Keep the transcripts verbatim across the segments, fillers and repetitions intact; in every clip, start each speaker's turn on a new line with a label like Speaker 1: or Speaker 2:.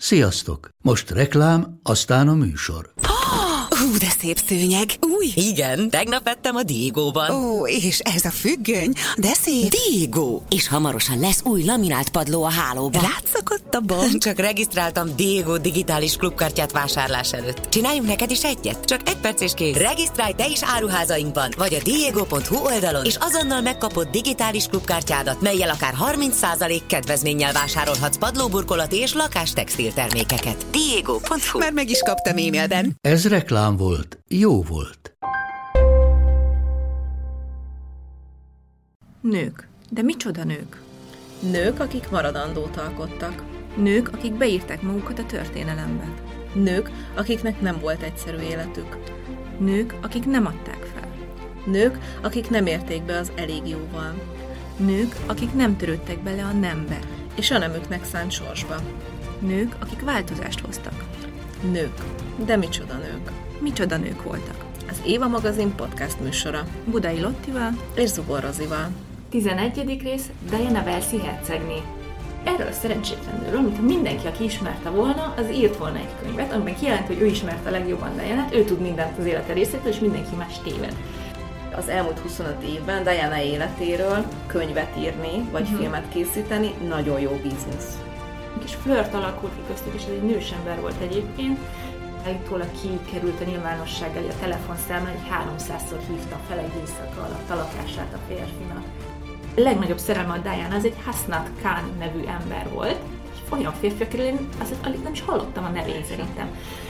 Speaker 1: Sziasztok! Most reklám, aztán a műsor.
Speaker 2: Hú, de szép szőnyeg. Új?
Speaker 3: Igen, tegnap vettem a Diegóban.
Speaker 2: Ó, és ez a függöny, de szép.
Speaker 3: Diegó! És hamarosan lesz új laminált padló a hálóban.
Speaker 2: Rátszakadt a bank.
Speaker 3: Csak regisztráltam Diegó digitális klubkártyát vásárlás előtt. Csináljunk neked is egyet? Csak egy perc és kész. Regisztrálj te is áruházainkban, vagy a diego pont hu oldalon, és azonnal megkapod digitális klubkártyádat, mellyel akár harminc százalék kedvezménnyel vásárolhatsz padlóburkolati és lakástextil termékeket. diego pont hu.
Speaker 2: Már meg is kaptam e-mailben.
Speaker 1: Ez reklám volt, jó volt.
Speaker 4: Nők. De micsoda nők?
Speaker 5: Nők, akik maradandót alkottak.
Speaker 4: Nők, akik beírták magukat a történelembe.
Speaker 5: Nők, akiknek nem volt egyszerű életük.
Speaker 4: Nők, akik nem adták fel.
Speaker 5: Nők, akik nem érték be az elég jóval.
Speaker 4: Nők, akik nem törődtek bele a nembe.
Speaker 5: És a nemüknek szánt sorsba.
Speaker 4: Nők, akik változást hoztak.
Speaker 5: Nők. De micsoda nők.
Speaker 4: Micsoda nők voltak.
Speaker 5: Az Éva magazin podcast műsora.
Speaker 4: Budai Lottival
Speaker 5: és Zubor Rozival.
Speaker 6: tizenegyedik rész, Diana Velszi hercegné. Erről a szerencsétlen nőről, mintha mindenki, aki ismerte volna, az írt volna egy könyvet, amiben kijelent, hogy ő ismerte a legjobban Dianát, ő tud mindent az élete részétől, és mindenki más téved.
Speaker 5: Az elmúlt huszonöt évben Diana életéről könyvet írni, vagy uh-huh. filmet készíteni nagyon jó biznisz.
Speaker 6: És flört alakult ki köztük, és ez egy nős ember volt egyébként. Állítólag kikerült a nyilvánosság elé a telefonszámán, hogy háromszázszor hívta fel egy éjszaka alatt a lakását a férfinak. A legnagyobb szerelme a Diana az egy Hasnat Khan nevű ember volt, egy olyan férfi, akiről én azért alig nem is hallottam a nevén szerintem.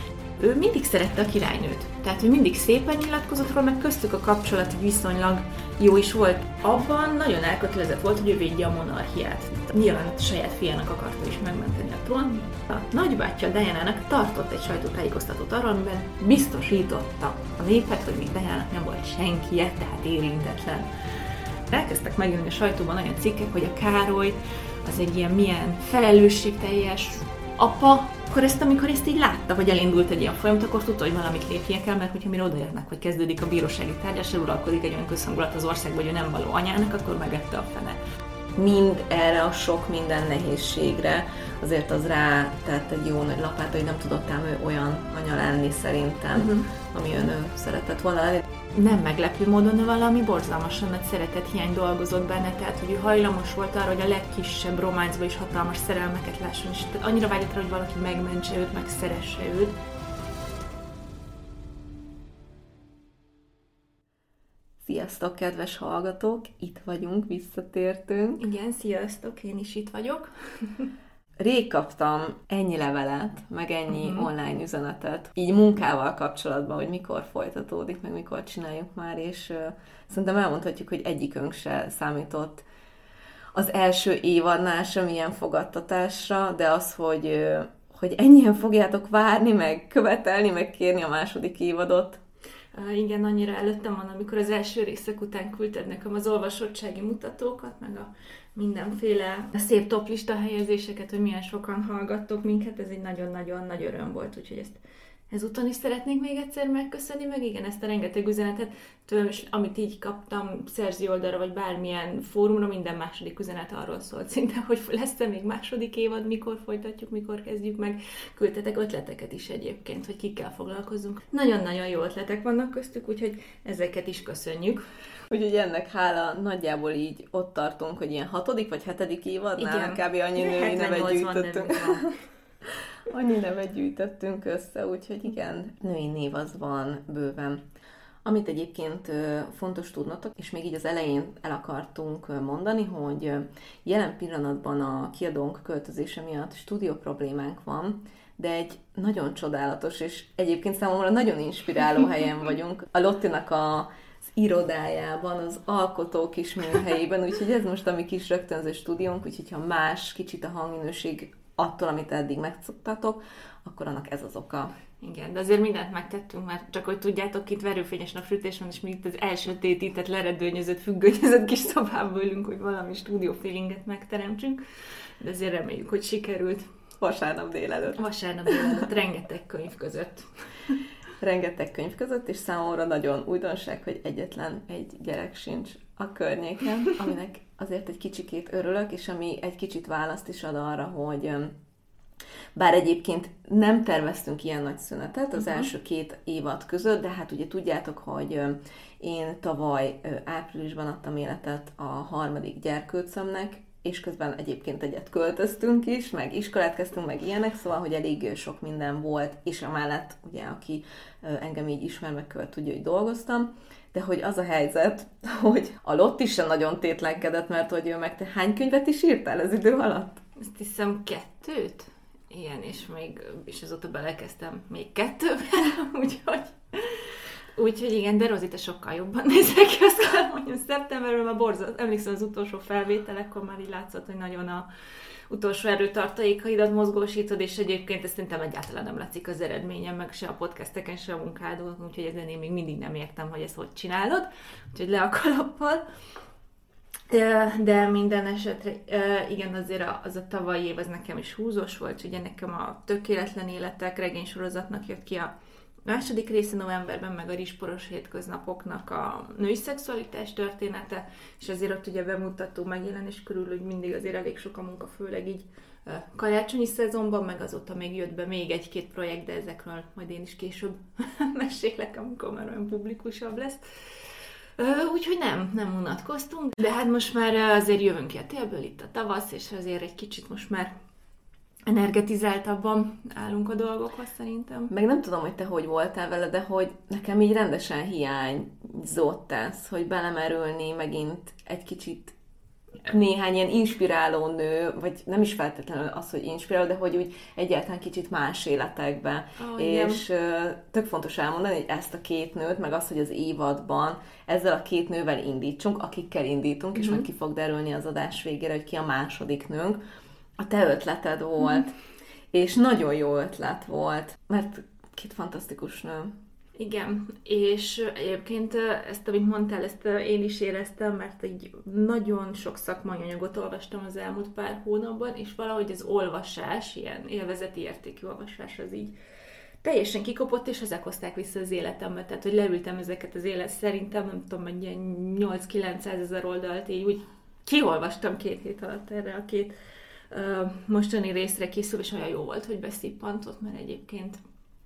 Speaker 6: Ő mindig szerette a királynőt, tehát ő mindig szépen nyilatkozott róla, meg köztük a kapcsolat viszonylag jó is volt. Abban nagyon elkötelezett volt, hogy ő védje a monarchiát. Nyilván a saját fiának akarta is megmenteni a trón. A nagybátyja Diana-nak tartott egy sajtótájékoztatót arról, amiben biztosította a népet, hogy még Diana-nak nem volt senkije, tehát érintetlen. Elkezdtek megjönni a sajtóban olyan cikkek, hogy a Károly az egy ilyen milyen felelősségteljes apa. Akkor ezt, amikor ezt így látta, hogy elindult egy ilyen folyamat, akkor tudta, hogy valamit lépnie kell, mert hogyha mire odaérnek, hogy kezdődik a bírósági tárgyalás, uralkodik egy olyan közhangulat az országban, hogy ő nem való anyának, akkor megette a fene.
Speaker 5: Mind erre a sok minden nehézségre azért az rá tett egy jó nagy lapát, hogy nem tudott ám ő olyan anya lenni szerintem, uh-huh. ami ő szeretett volna lenni.
Speaker 6: Nem meglepő módon ő valami borzalmasan nagy szeretethiány dolgozott benne, tehát hogy ő hajlamos volt arra, hogy a legkisebb románcba is hatalmas szerelmeket lásson, és tehát annyira vágyott rá, hogy valaki megmentse őt, meg szeresse őt.
Speaker 5: Sziasztok, kedves hallgatók! Itt vagyunk, visszatértünk.
Speaker 6: Igen, sziasztok, én is itt vagyok.
Speaker 5: Rég kaptam ennyi levelet, meg ennyi uh-huh. online üzenetet, így munkával kapcsolatban, hogy mikor folytatódik, meg mikor csináljuk már, és uh, szerintem elmondhatjuk, hogy egyikünk se számított az első évadnál sem ilyen fogadtatásra, de az, hogy, uh, hogy ennyien fogjátok várni, meg követelni, meg kérni a második évadot.
Speaker 6: Uh, igen, annyira előttem van, amikor az első részek után küldted nekem az olvasottsági mutatókat, meg a mindenféle szép toplista helyezéseket, hogy milyen sokan hallgattok minket, ez egy nagyon-nagyon nagy öröm volt, úgyhogy ezt ezúton is szeretnék még egyszer megköszönni, meg igen, ezt a rengeteg üzenetet, tőlem is, amit így kaptam szerző oldalra, vagy bármilyen fórumra, minden második üzenet arról szólt szinte, hogy lesz-e még második évad, mikor folytatjuk, mikor kezdjük meg. Küldtetek ötleteket is egyébként, hogy kikkel foglalkozzunk. Nagyon-nagyon jó ötletek vannak köztük, úgyhogy ezeket is köszönjük.
Speaker 5: Úgyhogy ennek hála nagyjából így ott tartunk, hogy ilyen hatodik vagy hetedik évadnál kb. Annyi női nevet gyűjtöttünk. Annyi nevet gyűjtöttünk össze, úgyhogy igen, női név az van bőven. Amit egyébként fontos tudnotok, és még így az elején el akartunk mondani, hogy jelen pillanatban a kiadónk költözése miatt stúdió problémánk van, de egy nagyon csodálatos, és egyébként számomra nagyon inspiráló helyen vagyunk. A Lottinak a irodájában, az alkotó kis műhelyében, úgyhogy ez most a mi kis rögtönző stúdiónk, úgyhogy ha más kicsit a hangminőség attól, amit eddig megszoktatok, akkor annak ez az oka.
Speaker 6: Igen, de azért mindent megtettünk, mert csak hogy tudjátok, itt verőfényes napsütés van, és mi itt az első tétített, leredőnyözött, függönyözött kis szobába ülünk, hogy valami stúdió feelinget megteremtsünk, de azért reméljük, hogy sikerült.
Speaker 5: Vasárnap délelőtt.
Speaker 6: Vasárnap délelőtt, rengeteg könyv között.
Speaker 5: Rengeteg könyv között, és számomra nagyon újdonság, hogy egyetlen egy gyerek sincs a környéken, aminek azért egy kicsikét örülök, és ami egy kicsit választ is ad arra, hogy Bár egyébként nem terveztünk ilyen nagy szünetet az uh-huh. első két évad között, de hát ugye tudjátok, hogy én tavaly áprilisban adtam életet a harmadik gyerkőcömnek, és közben egyébként egyet költöztünk is, meg iskolát kezdtünk, meg ilyenek, szóval, hogy elég sok minden volt, és amellett, ugye, aki engem így ismer, meg követ, tudja, hogy dolgoztam, de hogy az a helyzet, hogy a Lotti sem nagyon tétlenkedett, mert hogy ő meg te hány könyvet is írtál az idő alatt?
Speaker 6: Azt hiszem kettőt? Igen, és még, és azóta belekezdtem még kettőbe, úgyhogy... Úgyhogy igen, de Rozi, te sokkal jobban nézel ki, azt kell mondjam, szeptemberben már borzasztó, emlékszem az utolsó felvételekkor már így látszott, hogy nagyon a utolsó erőtartalékaidat mozgósítod, és egyébként ezt szerintem egyáltalán nem látszik az eredményem, meg se a podcasteken, se a munkádon, úgyhogy ezen én még mindig nem értem, hogy ezt hogy csinálod, úgyhogy le a kalappal. De minden esetre, igen, azért az a tavalyi év az nekem is húzós volt, ugye nekem a Tökéletlen életek regénysorozatnak jött ki a második része novemberben, meg a Rizsporos hétköznapoknak a női szexualitás története, és azért ott ugye bemutató megjelenés körül, hogy mindig azért elég sok a munka, főleg így karácsonyi szezonban, meg azóta még jött be még egy-két projekt, de ezekről majd én is később mesélek, amikor már olyan publikusabb lesz. Úgyhogy nem, nem unatkoztunk, de hát most már azért jövünk ki a télből, itt a tavasz, és azért egy kicsit most már energetizáltabban állunk a dolgokhoz szerintem.
Speaker 5: Meg nem tudom, hogy te hogy voltál vele, de hogy nekem így rendesen hiányzott ez, hogy belemerülni megint egy kicsit néhány ilyen inspiráló nő, vagy nem is feltétlenül az, hogy inspiráló, de hogy úgy egyáltalán kicsit más életekbe. Oh, és igen. Tök fontos elmondani, hogy ezt a két nőt, meg az, hogy az évadban ezzel a két nővel indítsunk, akikkel indítunk, mm-hmm. és majd ki fog derülni az adás végére, hogy ki a második nőnk. A te ötleted volt, mm. és nagyon jó ötlet volt, mert két fantasztikus nő.
Speaker 6: Igen, és egyébként ezt, amit mondtál, ezt én is éreztem, mert egy nagyon sok szakmai anyagot olvastam az elmúlt pár hónapban, és valahogy az olvasás, ilyen élvezeti értékű olvasás az így teljesen kikopott, és ezek hozták vissza az életembe. Tehát, hogy leültem ezeket az élet, szerintem, nem tudom, egy ilyen nyolc-kilencszázezer oldalt, így úgy kiolvastam két hét alatt erre a két uh, mostani részre készül, és olyan jó volt, hogy beszippantott, mert egyébként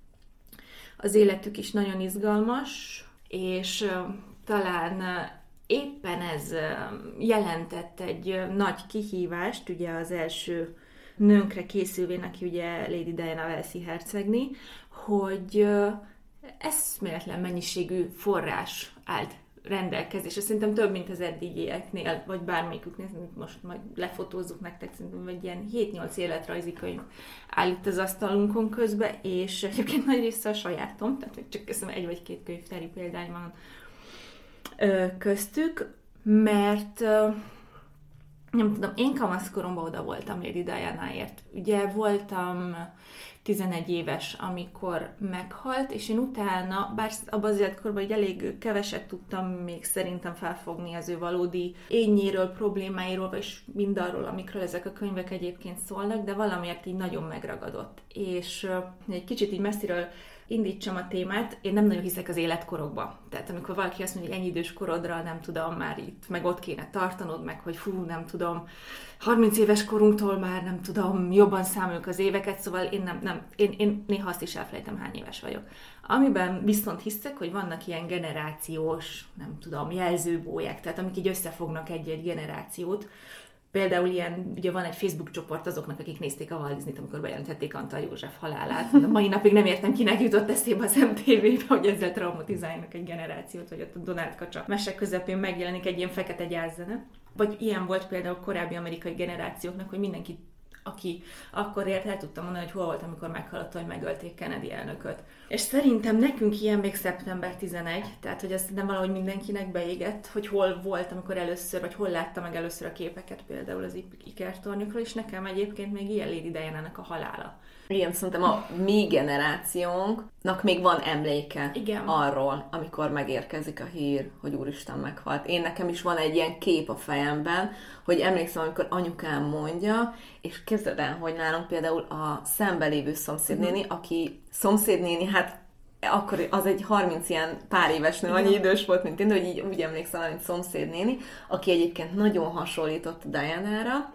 Speaker 6: az életük is nagyon izgalmas, és uh, talán uh, éppen ez uh, jelentett egy uh, nagy kihívást, ugye az első nőnkre készülvén, aki ugye Lady Diana Walesi hercegné, hogy uh, eszméletlen mennyiségű forrás állt rendelkezésre. Szerintem több, mint az eddigieknél, vagy bármelyiküknél, most majd lefotózzuk nektek, szerintem egy ilyen hét-nyolc életrajzi könyv áll itt az asztalunkon közben, és egyébként nagy része a sajátom, tehát csak köszönöm, egy vagy két könyvtári példány van köztük, mert nem tudom, én kamaszkoromban oda voltam Lady Diana-ért. Ugye voltam tizenegy éves, amikor meghalt, és én utána, bár abban az életkorban így elég keveset tudtam még szerintem felfogni az ő valódi ényéről, problémáiról, és mindarról, amikről ezek a könyvek egyébként szólnak, de valamiért így nagyon megragadott. És egy kicsit így messziről indítsam a témát, én nem nagyon hiszek az életkorokba. Tehát amikor valaki azt mondja, hogy ennyi idős korodra, nem tudom, már itt meg ott kéne tartanod, meg hogy fú, nem tudom, harminc éves korunktól már nem tudom, jobban számoljuk az éveket, szóval én, nem, nem, én, én néha azt is elfelejtem, hány éves vagyok. Amiben viszont hiszek, hogy vannak ilyen generációs, nem tudom, jelzőbólyák, tehát amik így összefognak egy-egy generációt. Például ilyen, ugye van egy Facebook csoport azoknak, akik nézték a Walt Disneyt, amikor bejelentették Antal József halálát. A mai napig nem értem, kinek jutott eszébe az em té vébe, hogy ezzel traumatizálnak egy generációt, hogy ott a Donald Kacsa mese közepén megjelenik egy ilyen fekete jazzzene. Vagy ilyen volt például korábbi amerikai generációknak, hogy mindenki, aki akkor ért, el tudta mondani, hogy hol volt, amikor meghallott, hogy megölték Kennedy elnököt. És szerintem nekünk ilyen még szeptember tizenegy, tehát hogy ez nem valahogy mindenkinek beégett, hogy hol volt, amikor először, vagy hol látta meg először a képeket például az ikertornyokról, és nekem egyébként még ilyen Lady Diana-nak a halála.
Speaker 5: Igen, szerintem a mi generációnknak még van emléke Igen. arról, amikor megérkezik a hír, hogy úristen meghalt. Én nekem is van egy ilyen kép a fejemben, hogy emlékszem, amikor anyukám mondja, és képzeld el, hogy nálunk például a szemben lévő szomszédnéni, uh-huh. aki szomszédnéni, hát akkor az egy harminc ilyen pár éves nő, annyi idős volt, mint én, de hogy így úgy emlékszem, mint szomszédnéni, aki egyébként nagyon hasonlított Diana-ra.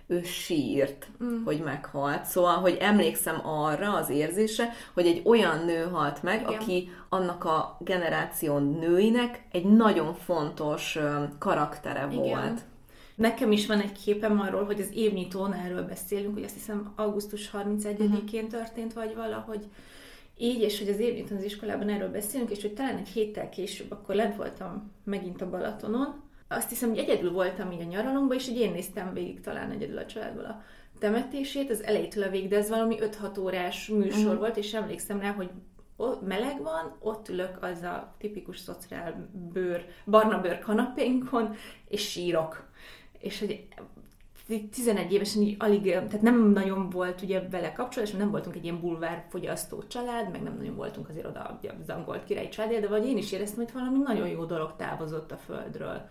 Speaker 5: ő sírt, mm. hogy meghalt. Szóval, hogy emlékszem arra az érzésre, hogy egy olyan nő halt meg, igen. aki annak a generáció nőinek egy nagyon fontos karaktere igen. volt.
Speaker 6: Nekem is van egy képem arról, hogy az évnyitón erről beszélünk, hogy azt hiszem augusztus harmincegyedikén uh-huh. történt, vagy valahogy így, és hogy az évnyitón az iskolában erről beszélünk, és hogy talán egy héttel később, akkor lent voltam megint a Balatonon. Azt hiszem, hogy egyedül voltam így a nyaralomban, és így én néztem végig talán egyedül a családból a temetését, az elejétől a végig, de ez valami öt-hat órás műsor uh-huh. volt, és emlékszem rá, hogy meleg van, ott ülök az a tipikus szociál bőr, barna bőr kanapénkon, és sírok. És hogy tizenegy évesen így alig, tehát nem nagyon volt ugye vele kapcsolat, és nem voltunk egy ilyen bulvár fogyasztó család, meg nem nagyon voltunk azért oda az angolt királyi család, de vagy én is éreztem, hogy valami nagyon jó dolog távozott a földről.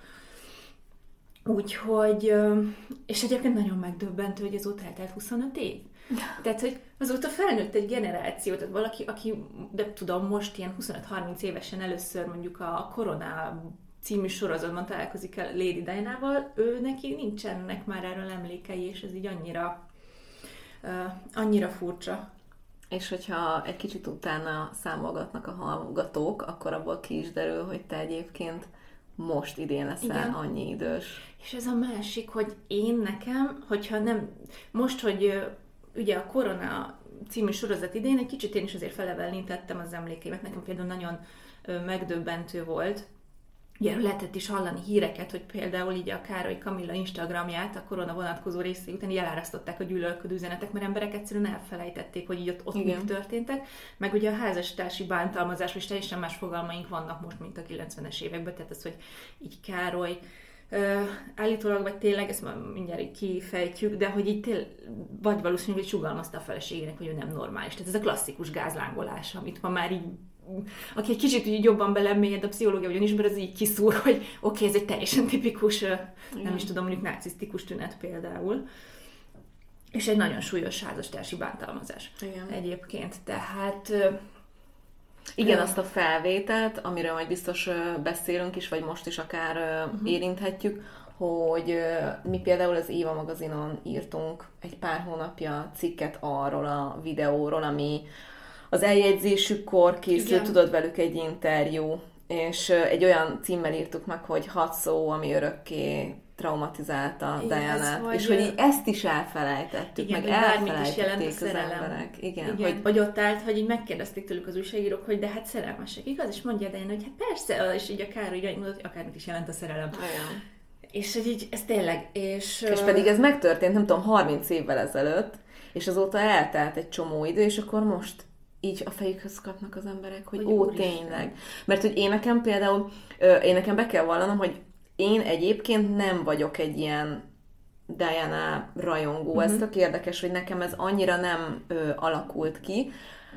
Speaker 6: Úgyhogy, és egyébként nagyon megdöbbentő, hogy azóta eltelt huszonöt év. Tehát, hogy azóta felnőtt egy generáció, tehát valaki, aki, de tudom, most ilyen huszonöt-harminc évesen először mondjuk a Korona című sorozatban találkozik el Lady Diana-val, ő neki nincsenek már erről emlékei, és ez így annyira, uh, annyira furcsa.
Speaker 5: És hogyha egy kicsit utána számolgatnak a hallgatók, akkor abból ki is derül, hogy te egyébként most idén leszel igen. annyi idős.
Speaker 6: És ez a másik, hogy én nekem, hogyha nem, most, hogy ugye a Korona című sorozat idén, egy kicsit én is azért felelevenítettem az emlékeimet, nekem például nagyon megdöbbentő volt. Ugye lehetett is hallani híreket, hogy például így a Károly Kamilla Instagramját a korona vonatkozó részei után így elárasztották a gyűlölködő üzenetek, mert emberek egyszerűen elfelejtették, hogy így ott, ott mik történtek. Meg ugye a házastársi bántalmazásról is teljesen más fogalmaink vannak most, mint a kilencvenes években, tehát ez, hogy így Károly Uh, állítólag, vagy tényleg, ezt már mindjárt így kifejtjük, de hogy így tél, vagy valószínűleg hogy sugalmazta a feleségének, hogy ő nem normális. Tehát ez a klasszikus gázlángolás, amit ma már így, aki egy kicsit így jobban belemélyed a pszichológia ugyanis, mert az így kiszúr, hogy oké, okay, ez egy teljesen tipikus, uh, nem is tudom, mondjuk narcisztikus tünet például. És egy nagyon súlyos házastársi bántalmazás. Igen. Egyébként. Tehát... Uh,
Speaker 5: Igen, azt a felvételt, amiről majd biztos beszélünk is, vagy most is akár uh-huh. érinthetjük, hogy mi például az Éva magazinon írtunk egy pár hónapja cikket arról a videóról, ami az eljegyzésükkor készült, igen. tudod, velük egy interjú, és egy olyan címmel írtuk meg, hogy hat szó, ami örökké traumatizálta Dianát, vagy... és hogy így ezt is elfelejtettük, igen, meg elfelejtették az emberek. Igen,
Speaker 6: igen, hogy... hogy ott állt, hogy így megkérdezték tőlük az újságírók, hogy de hát szerelmesek, igaz? És mondja Diana, hogy hát persze, és így a Károly így mondott, hogy akármit is jelent a szerelem.
Speaker 5: Igen.
Speaker 6: És hogy így, ez tényleg, és...
Speaker 5: És pedig ez megtörtént, nem tudom, harminc évvel ezelőtt, és azóta eltelt egy csomó idő, és akkor most így a fejükhöz kapnak az emberek, hogy, hogy ó, tényleg. Mert hogy én nekem például, én nekem be kell vallanom, hogy én egyébként nem vagyok egy ilyen Diana rajongó, uh-huh. ez tök érdekes, hogy nekem ez annyira nem ö, alakult ki,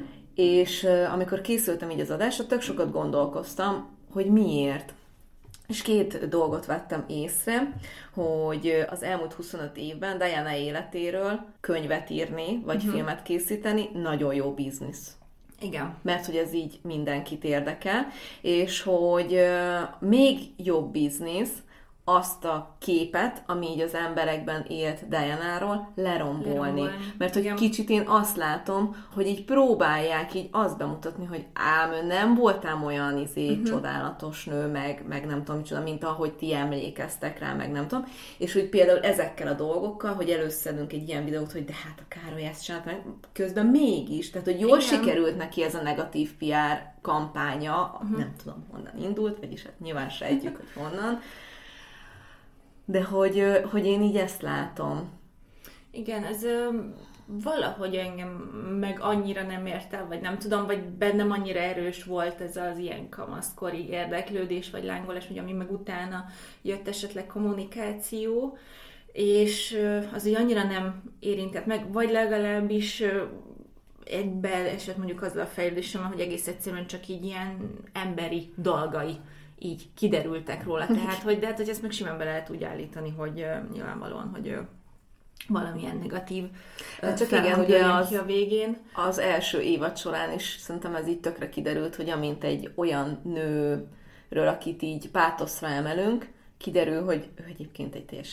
Speaker 5: és ö, amikor készültem így az adásra, tök sokat gondolkoztam, hogy miért. És két dolgot vettem észre, hogy az elmúlt huszonöt évben Diana életéről könyvet írni, vagy uh-huh. filmet készíteni, nagyon jó biznisz.
Speaker 6: Igen.
Speaker 5: Mert hogy ez így mindenkit érdekel, és hogy uh, még jobb biznisz azt a képet, ami így az emberekben élt Dianáról, lerombolni. lerombolni. Mert hogy igen. kicsit én azt látom, hogy így próbálják így azt bemutatni, hogy ám, nem voltál olyan izé, uh-huh. csodálatos nő, meg, meg nem tudom micsoda, mint ahogy ti emlékeztek rá, meg nem tudom. És hogy például ezekkel a dolgokkal, hogy előszedünk egy ilyen videót, hogy de hát a Károly ezt csinált, meg közben mégis, tehát hogy jól igen. sikerült neki ez a negatív pé er kampánya, uh-huh. nem tudom honnan indult, vagyis hát nyilván sejtjük, hogy honnan. De hogy, hogy én így ezt látom.
Speaker 6: Igen, ez ö, valahogy engem meg annyira nem ért el, vagy nem tudom, vagy bennem annyira erős volt ez az ilyen kamaszkori érdeklődés, vagy lángolás, vagy ami meg utána jött esetleg kommunikáció, és ö, az így annyira nem érintett meg, vagy legalábbis ö, egybe esett mondjuk azzal a fejlődésem, hogy egész egyszerűen csak így ilyen emberi dolgai így kiderültek róla. Tehát, hogy, de hát, hogy ezt meg simán be lehet úgy állítani, hogy uh, nyilvánvalóan, hogy uh, valamilyen negatív uh,
Speaker 5: csak igen, ugye az,
Speaker 6: a végén.
Speaker 5: Az első évad során is szerintem ez így tökre kiderült, hogy amint egy olyan nőről, akit így pátoszra emelünk, kiderül, hogy ő egyébként egy teljesen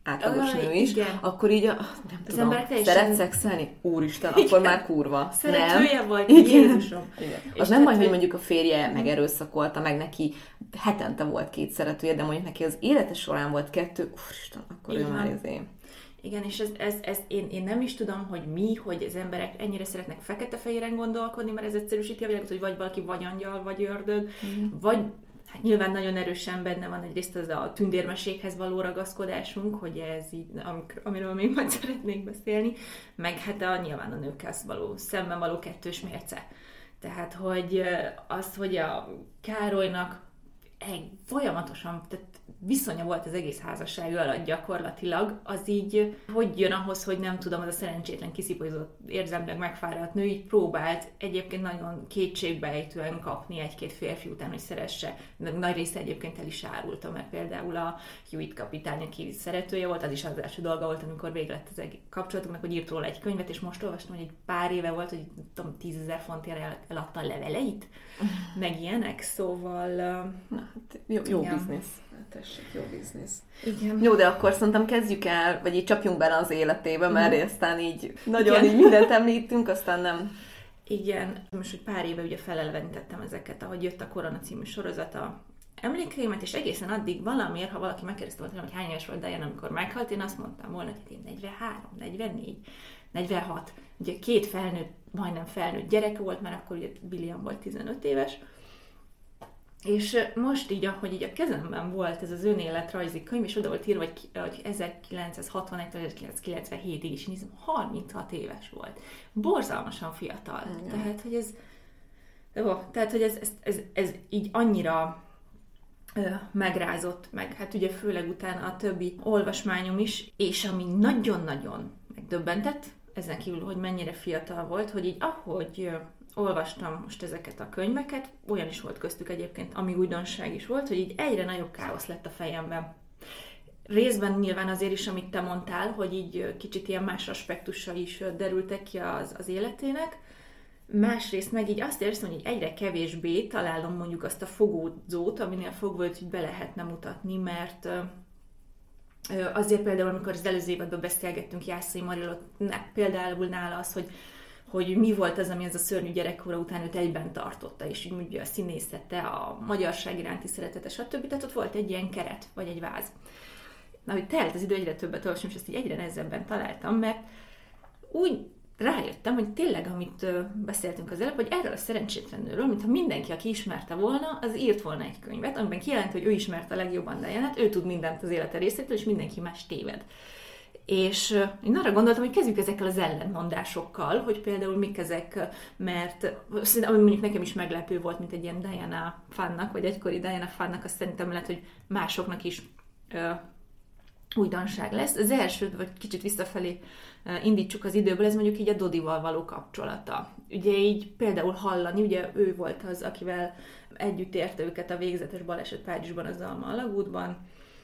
Speaker 5: átlagos
Speaker 6: Aj,
Speaker 5: nő is,
Speaker 6: igen.
Speaker 5: akkor így a, nem
Speaker 6: az
Speaker 5: tudom,
Speaker 6: teljesen...
Speaker 5: szeret szexelni? Úristen, akkor igen. Már kurva.
Speaker 6: Szeretője volt,
Speaker 5: igen.
Speaker 6: Jézusom.
Speaker 5: Igen. Az nem baj, hogy mondjuk a férje megerőszakolta, meg neki hetente volt két szeretője, de mondjuk neki az élete során volt kettő, úristen, akkor ő már ezért.
Speaker 6: Igen, és ez, ez, ez én, én nem is tudom, hogy mi, hogy az emberek ennyire szeretnek fekete-fehéren gondolkodni, mert ez egyszerűsíti a világot, hogy vagy valaki vagy angyal, vagy ördög, mm. vagy hát nyilván nagyon erősen benne van egyrészt az a tündérmeséghez való ragaszkodásunk, hogy ez így, amiről még majd szeretnék beszélni, meg hát a, nyilván a nőkkel való, szemben való kettős mérce. Tehát, hogy az, hogy a Károlynak egy folyamatosan, tehát viszonya volt az egész házasság alatt gyakorlatilag, az így, hogy jön ahhoz, hogy nem tudom, az a szerencsétlen kiszipolyozott, érzelmileg megfáradt nő így próbált egyébként nagyon kétségbejtően kapni egy-két férfi után, hogy szeresse. Nagy része egyébként el is árulta, mert például a Hewitt kapitány, aki szeretője volt, az is az első dolga volt, amikor vége lett az egész kapcsolatunknak, hogy írt róla egy könyvet, és most olvastam, hogy egy pár éve volt, hogy tudom, tízezer fontért el, eladta a leveleit, meg ilyenek, szóval...
Speaker 5: Na, hát jó, jó biznisz. Tessék, jó biznisz.
Speaker 6: Igen.
Speaker 5: Jó, de akkor szerintem kezdjük el, vagy így csapjunk bele az életébe, mert mm. aztán így nagyon így mindent említünk, aztán nem...
Speaker 6: Igen. Most, hogy pár éve ugye felelevenítettem ezeket, ahogy jött a Korona című sorozata emlékeimet, és egészen addig valamiért, ha valaki megkérdezte volna, hogy hány éves volt Diana, amikor meghalt, én azt mondtam volna, hogy én negyvenhárom, negyvennégy, negyvenhat. Ugye két felnőtt, majdnem felnőtt gyerek volt, mert akkor ugye William volt tizenöt éves, és most így, ahogy így a kezemben volt ez az önéletrajzi könyv, és oda volt írva, hogy ezerkilencszázhatvanegy ezerkilencszázkilencvenhétig is, nézem, harminchat éves volt. Borzalmasan fiatal. Mm. Tehát, hogy ez, ó, tehát, hogy ez, ez, ez, ez így annyira ö, megrázott, meg hát ugye főleg utána a többi olvasmányom is, és ami nagyon-nagyon megdöbbentett, ezen kívül, hogy mennyire fiatal volt, hogy így ahogy... olvastam most ezeket a könyveket, olyan is volt köztük egyébként, ami újdonság is volt, hogy így egyre nagyobb káosz lett a fejemben. Részben nyilván azért is, amit te mondtál, hogy így kicsit ilyen más aspektusa is derültek ki az, az életének. Másrészt meg így azt érzem, hogy így egyre kevésbé találom mondjuk azt a fogódzót, aminél fogva őt be lehetne mutatni, mert azért például, amikor az előző évadban beszélgettünk Jászai Marilot, például nála az, hogy hogy mi volt az, ami ez a szörnyű gyerekkora után őt egyben tartotta, és így ugye a színészete, a magyarság iránti szeretete, stb. Tehát ott volt egy ilyen keret, vagy egy váz. Na, hogy telt az idő, egyre többet olvasom, és ezt így egyre nehezebben találtam, mert úgy rájöttem, hogy tényleg, amit beszéltünk az előbb, hogy erről a szerencsétlen nőről, mintha mindenki, aki ismerte volna, az írt volna egy könyvet, amiben kijelent, hogy ő ismerte a legjobban Dianát, ő tud mindent az élete részétől, és mindenki más téved. És én arra gondoltam, hogy kezdjük ezekkel az ellentmondásokkal, hogy például mik ezek, mert ami mondjuk nekem is meglepő volt, mint egy ilyen Diana fannak, vagy egykori Diana fannak, azt szerintem lehet, hogy másoknak is ö, újdonság lesz. Az első, vagy kicsit visszafelé indítsuk az időből, ez mondjuk így a Dodival való kapcsolata. Ugye így például hallani, ugye ő volt az, akivel együtt érte őket a végzetes baleset Párizsban, az Alma alagútban,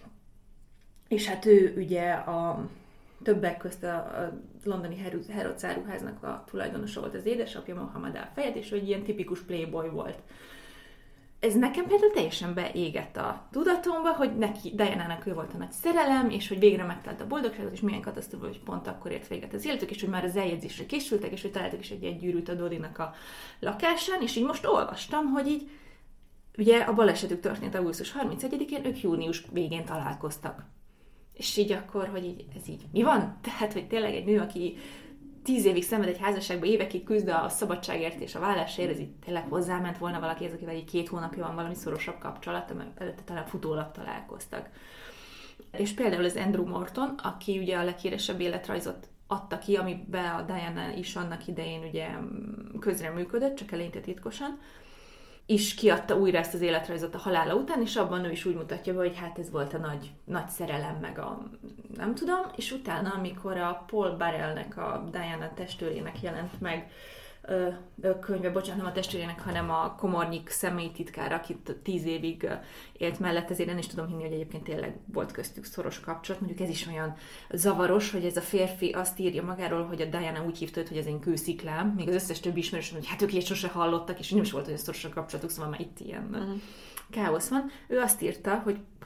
Speaker 6: és hát ő ugye a többek közt a, a londoni Harrods áruháznak a tulajdonosa volt az édesapja, Mohamed Al-Fayed, és ő egy ilyen tipikus playboy volt. Ez nekem például teljesen beégett a tudatomba, hogy neki, Dianának ő volt a nagy szerelem, és hogy végre megtalált a boldogságot, és milyen katasztrófa, hogy pont akkor ért véget az életük, és hogy már az eljegyzésre készültek, és hogy találtak is egy ilyen gyűrűt a Dodinak a lakásán, és így most olvastam, hogy így ugye a balesetük történt augusztus harmincegyedikén, ők június végén találkoztak. És így akkor, hogy így, ez így mi van? Tehát, hogy tényleg egy nő, aki tíz évig szenved egy házasságban, évekig küzd a szabadságért és a vállásért, ez így tényleg hozzáment volna valaki, ez akivel így két hónapja van valami szorosabb kapcsolat, mert előtte talán futólag találkoztak. És például az Andrew Morton, aki ugye a leghíresebb életrajzot adta ki, amiben a Diana is annak idején ugye közreműködött, csak eleinte titkosan, és kiadta újra ezt az életrajzot a halála után, és abban ő is úgy mutatja be, hogy hát ez volt a nagy, nagy szerelem, meg a nem tudom, és utána, amikor a Paul Barrelnek, a Diana testőrének jelent meg ö, ö, könyve, bocsánat, nem a testőrének, hanem a Komornyik személyi titkár, akit tíz évig élt mellett, ezért nem is tudom hinni, hogy egyébként tényleg volt köztük szoros kapcsolat. Mondjuk ez is olyan zavaros, hogy ez a férfi azt írja magáról, hogy a Diana úgy hívta őt, hogy ez én kősziklám, még az összes többi ismerős, hogy hát ők ilyet sose hallottak, és nem is volt olyan szoros a kapcsolatuk, szóval már itt ilyen uh-huh. káosz van. Ő azt írta, hogy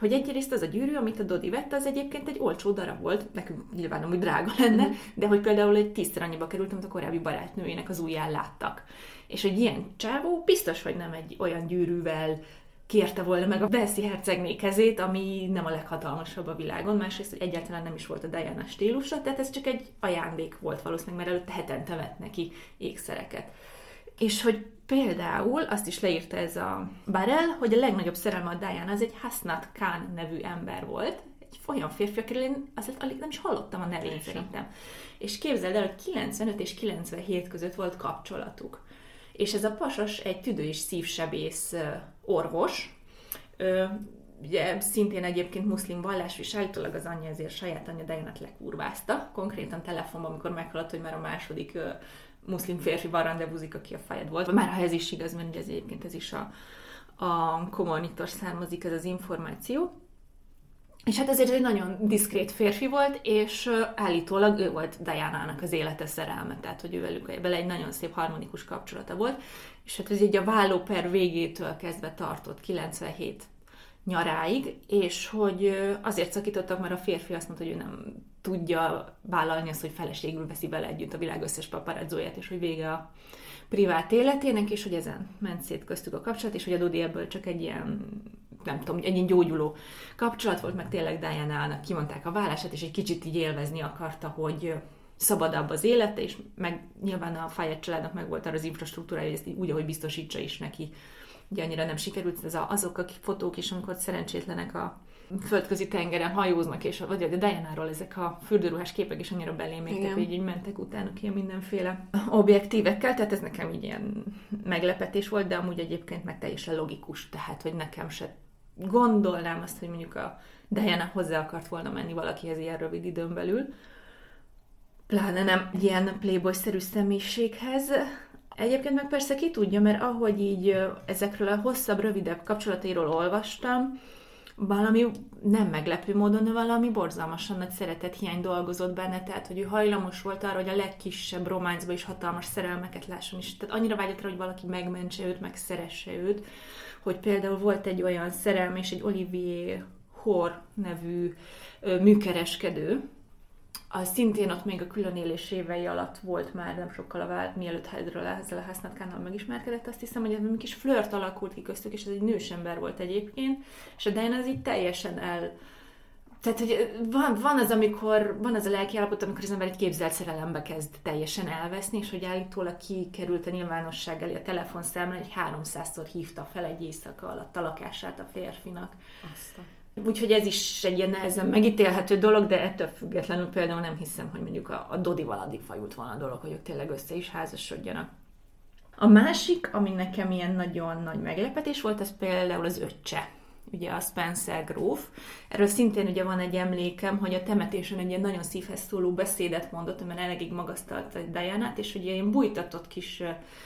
Speaker 6: hogy egyrészt az a gyűrű, amit a Dodi vett, az egyébként egy olcsó darab volt, nekünk nyilván amúgy drága lenne, mm. de hogy például egy tízszer annyiba került, amit a korábbi barátnőjének az ujján láttak. És hogy ilyen csávó biztos, hogy nem egy olyan gyűrűvel kérte volna meg a Velszi hercegné kezét, ami nem a leghatalmasabb a világon, másrészt, hogy egyáltalán nem is volt a Diana stílusa, tehát ez csak egy ajándék volt valószínűleg, mert előtte hetente vett neki ékszereket. És hogy például azt is leírta ez a Barrel, hogy a legnagyobb szerelme a Diana az egy Hasnat Khan nevű ember volt, egy olyan férfi, akiről én azért alig nem is hallottam a nevén szerintem. És képzeld el, hogy kilencvenöt és kilencvenhét között volt kapcsolatuk. És ez a pasas egy tüdő- és szívsebész orvos, ugye szintén egyébként muszlim vallású, és állítólag az anyja ezért saját anyja Dianát lekurvázta, konkrétan telefonban, amikor meghallott, hogy már a második muszlim férfival randevúzik, aki a fejed volt. Már ha ez is igaz, mert ugye ez egyébként ez is a, a kommunitól származik ez az információ. És hát ezért egy nagyon diszkrét férfi volt, és állítólag ő volt Dianának az élete szerelme, tehát hogy ő velük bele egy nagyon szép harmonikus kapcsolata volt, és hát ez így a vállóper végétől kezdve tartott kilencvenhét nyaráig, és hogy azért szakítottak, mert a férfi azt mondta, hogy ő nem tudja vállalni azt, hogy feleségül veszi vele együtt a világ összes paparazzóját, és hogy vége a privát életének, és hogy ezen ment szét köztük a kapcsolat, és hogy a Dodi ebből csak egy ilyen, nem tudom, egy ilyen gyógyuló kapcsolat volt, meg tényleg Dianának kimondták a vállását, és egy kicsit így élvezni akarta, hogy szabadabb az élete, és meg nyilván a Fayed családnak meg volt arra az infrastruktúrája, hogy ezt úgy, ahogy biztosítsa is neki. Ugye annyira nem sikerült, ez a, azok a fotók is, amikor szerencsétlenek a földközi tengeren hajóznak, és vagy a Dianáról ezek a fürdőruhás képek is annyira belémégtek, hogy így mentek utánuk ilyen mindenféle objektívekkel, tehát ez nekem így ilyen meglepetés volt, de amúgy egyébként meg teljesen logikus, tehát hogy nekem se gondolnám azt, hogy mondjuk a Diana hozzá akart volna menni valakihez ilyen rövid időn belül, pláne nem ilyen playboy-szerű személyiséghez. Egyébként meg persze ki tudja, mert ahogy így ezekről a hosszabb, rövidebb kapcsolatairól olvastam, valami nem meglepő módon, de valami borzalmasan nagy szeretethiány dolgozott benne, tehát hogy ő hajlamos volt arra, hogy a legkisebb románcba is hatalmas szerelmeket lásson is. Tehát annyira vágyott rá, hogy valaki megmentse őt, megszeresse őt, hogy például volt egy olyan szerelme, és egy Olivier Hor nevű ö, műkereskedő, az szintén ott még a különélés évei alatt volt már, nem sokkal a vált, mielőtt Hydra ezzel a Hasnat Khannal megismerkedett, azt hiszem, hogy ez egy kis flört alakult ki köztük, és ez egy nősember volt egyébként, és a Diana az így teljesen el... Tehát, hogy van, van az, amikor, van az a lelkiállapot, amikor az ember egy képzelt szerelembe kezd teljesen elveszni, és hogy állítólag kikerült a nyilvánosság elé a telefonszámra, hogy háromszázszor hívta fel egy éjszaka alatt a lakását a férfinak. Aztán. Úgyhogy ez is egy ilyen nehezen megítélhető dolog, de ettől függetlenül például nem hiszem, hogy mondjuk a, a Dodival addig fajult volna a dolog, hogy ők tényleg össze is házasodjanak. A másik, ami nekem ilyen nagyon nagy meglepetés volt, az például az öccse. Ugye a Spencer gróf. Erről szintén ugye van egy emlékem, hogy a temetésen egy ilyen nagyon szívhez szóló beszédet mondott, mert elegig magasztalta Dianát, és ugye ilyen bújtatott kis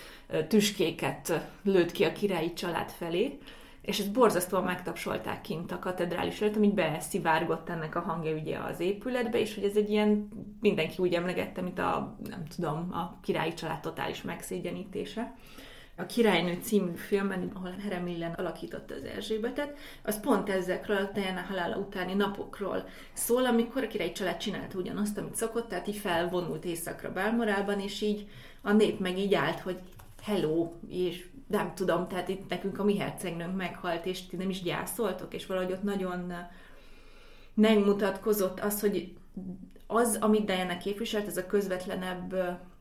Speaker 6: tüskéket lőtt ki a királyi család felé, és ezt borzasztóan megtapsolták kint a katedrális előtt, amit beszivárgott ennek a hangja ugye az épületbe, és hogy ez egy ilyen, mindenki úgy emlegette, mint a, nem tudom, a királyi család totális megszégyenítése. A Királynő című filmben, ahol Helen Mirren alakította az Erzsébetet, az pont ezekről a Diana halála utáni napokról szól, amikor a királyi család csinálta ugyanazt, amit szokott, tehát így felvonult éjszakra Balmorálban, és így a nép meg így állt, hogy hello, és nem tudom, tehát itt nekünk a mi hercegnőnk meghalt, és ti nem is gyászoltok, és valahogy ott nagyon megmutatkozott az, hogy az, amit Diana képviselt, ez a közvetlenebb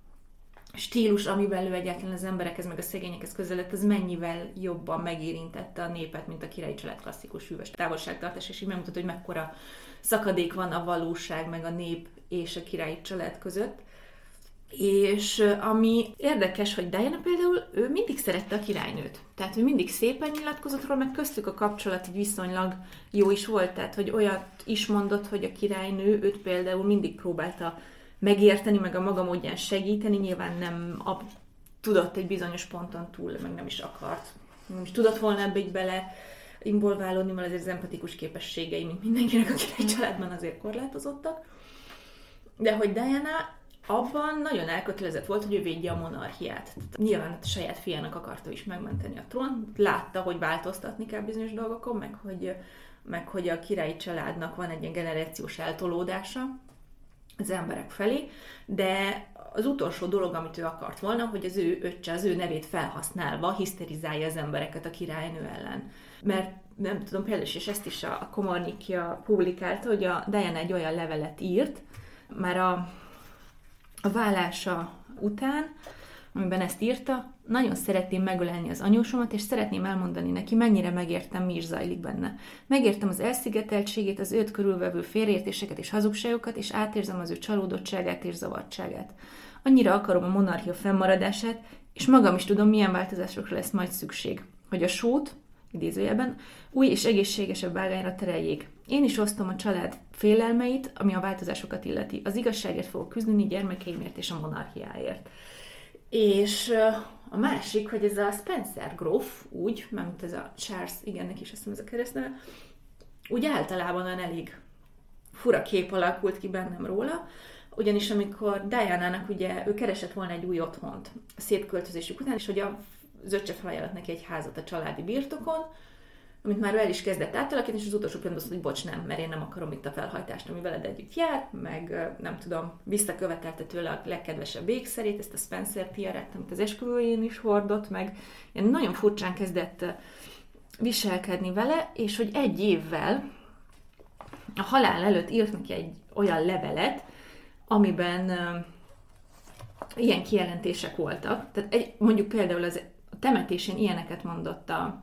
Speaker 6: stílus, amivel ő egyáltalán az emberekhez, meg a szegényekhez közeledett, az mennyivel jobban megérintette a népet, mint a királyi család klasszikus hűvös távolságtartás, és így megmutat, hogy mekkora szakadék van a valóság, meg a nép és a királyi család között. És ami érdekes, hogy Diana például, ő mindig szerette a királynőt. Tehát ő mindig szépen nyilatkozott róla, meg köztük a kapcsolat viszonylag jó is volt. Tehát, hogy olyat is mondott, hogy a királynő őt például mindig próbálta megérteni, meg a maga módján segíteni. Nyilván nem a, tudott egy bizonyos ponton túl, meg nem is akart. Nem is tudott volna ebbe így bele involválódni, mert azért az empatikus képességei, mint mindenkinek a királyi családban azért korlátozottak. De hogy Diana abban nagyon elkötelezett volt, hogy ő védje a monarchiát. Nyilván a saját fiának akarta is megmenteni a trón, látta, hogy változtatni kell bizonyos dolgokon, meg hogy meg hogy a királyi családnak van egy ilyen generációs eltolódása az emberek felé, de az utolsó dolog, amit ő akart volna, hogy az ő öccse, az ő nevét felhasználva hiszterizálja az embereket a királynő ellen. Mert nem tudom, például és ezt is a Komornikja publikálta, hogy a Diana egy olyan levelet írt, már a, a válása után, amiben ezt írta, nagyon szeretném megölelni az anyósomat, és szeretném elmondani neki, mennyire megértem, mi is zajlik benne. Megértem az elszigeteltségét, az őt körülvevő félreértéseket és hazugságokat, és átérzem az ő csalódottságát és zavartságát. Annyira akarom a monarchia fennmaradását, és magam is tudom, milyen változásokra lesz majd szükség. Hogy a sót, idézőjelben, új és egészségesebb ágányra tereljék. Én is osztom a család félelmeit, ami a változásokat illeti. Az igazságért fogok küzdeni gyermekeimért és a monarchiáért. És a másik, hogy ez a Spencer gróf, úgy, mert ez a Charles, igen, neki is azt hiszem ez a keresztneve, úgy általában olyan elég fura kép alakult ki bennem róla, ugyanis amikor Diana-nak ugye, ő keresett volna egy új otthont a szétköltözésük után, és hogy az öccse felajánlott neki egy házat a családi birtokon, amit már el is kezdett átalakítani, és az utolsó pillanatban azt, hogy bocs, nem, mert én nem akarom itt a felhajtást, ami veled együtt jár, meg nem tudom, visszakövetelte tőle a legkedvesebb ékszerét, ezt a Spencer tiaret, amit az esküvőjén is hordott, meg ilyen nagyon furcsán kezdett viselkedni vele, és hogy egy évvel a halál előtt írt neki egy olyan levelet, amiben uh, ilyen kijelentések voltak. Tehát egy, mondjuk például az, a temetésén ilyeneket mondott a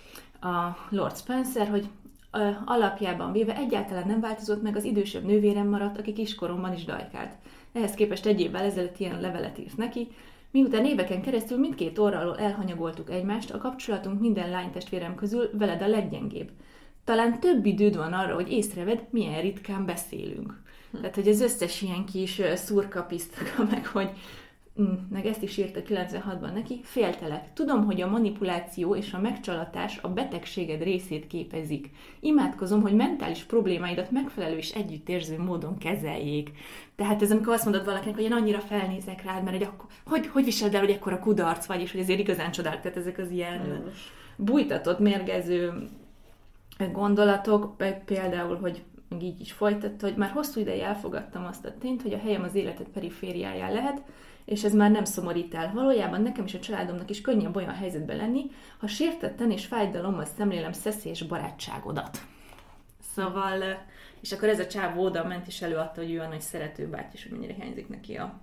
Speaker 6: a Lord Spencer, hogy ö, alapjában véve egyáltalán nem változott meg, az idősebb nővérem maradt, aki kiskoromban is dajkált. Ehhez képest egy évvel ezelőtt ilyen levelet írt neki, miután éveken keresztül mindkét orralól elhanyagoltuk egymást, a kapcsolatunk minden lánytestvérem közül veled a leggyengébb. Talán több időd van arra, hogy észrevedd, milyen ritkán beszélünk. Hm. Tehát, hogy az összes ilyen kis szurkapisztaka, meg hogy meg ezt is írta kilencvenhatban neki, féltelek. Tudom, hogy a manipuláció és a megcsalatás a betegséged részét képezik. Imádkozom, hogy mentális problémáidat megfelelő és együttérző módon kezeljék. Tehát ez amikor azt mondod valakinek, hogy én annyira felnézek rád, mert hogy, akkor, hogy, hogy viseld el, hogy ekkora kudarc vagy, és hogy ezért igazán csodálok. Tehát ezek az ilyen bújtatott, mérgező gondolatok, például, hogy meg így is folytatta, hogy már hosszú ideig elfogadtam azt a tényt, hogy a helyem az életed perifériáján lehet, és ez már nem szomorít el. Valójában nekem és a családomnak is könnyebb olyan helyzetben lenni, ha sértetten és fájdalommal szemlélem szeszélyes barátságodat. Szóval, és akkor ez a csávó oda ment és előadta, hogy ő a nagy szeretőbáty, és hogy mennyire hiányzik neki a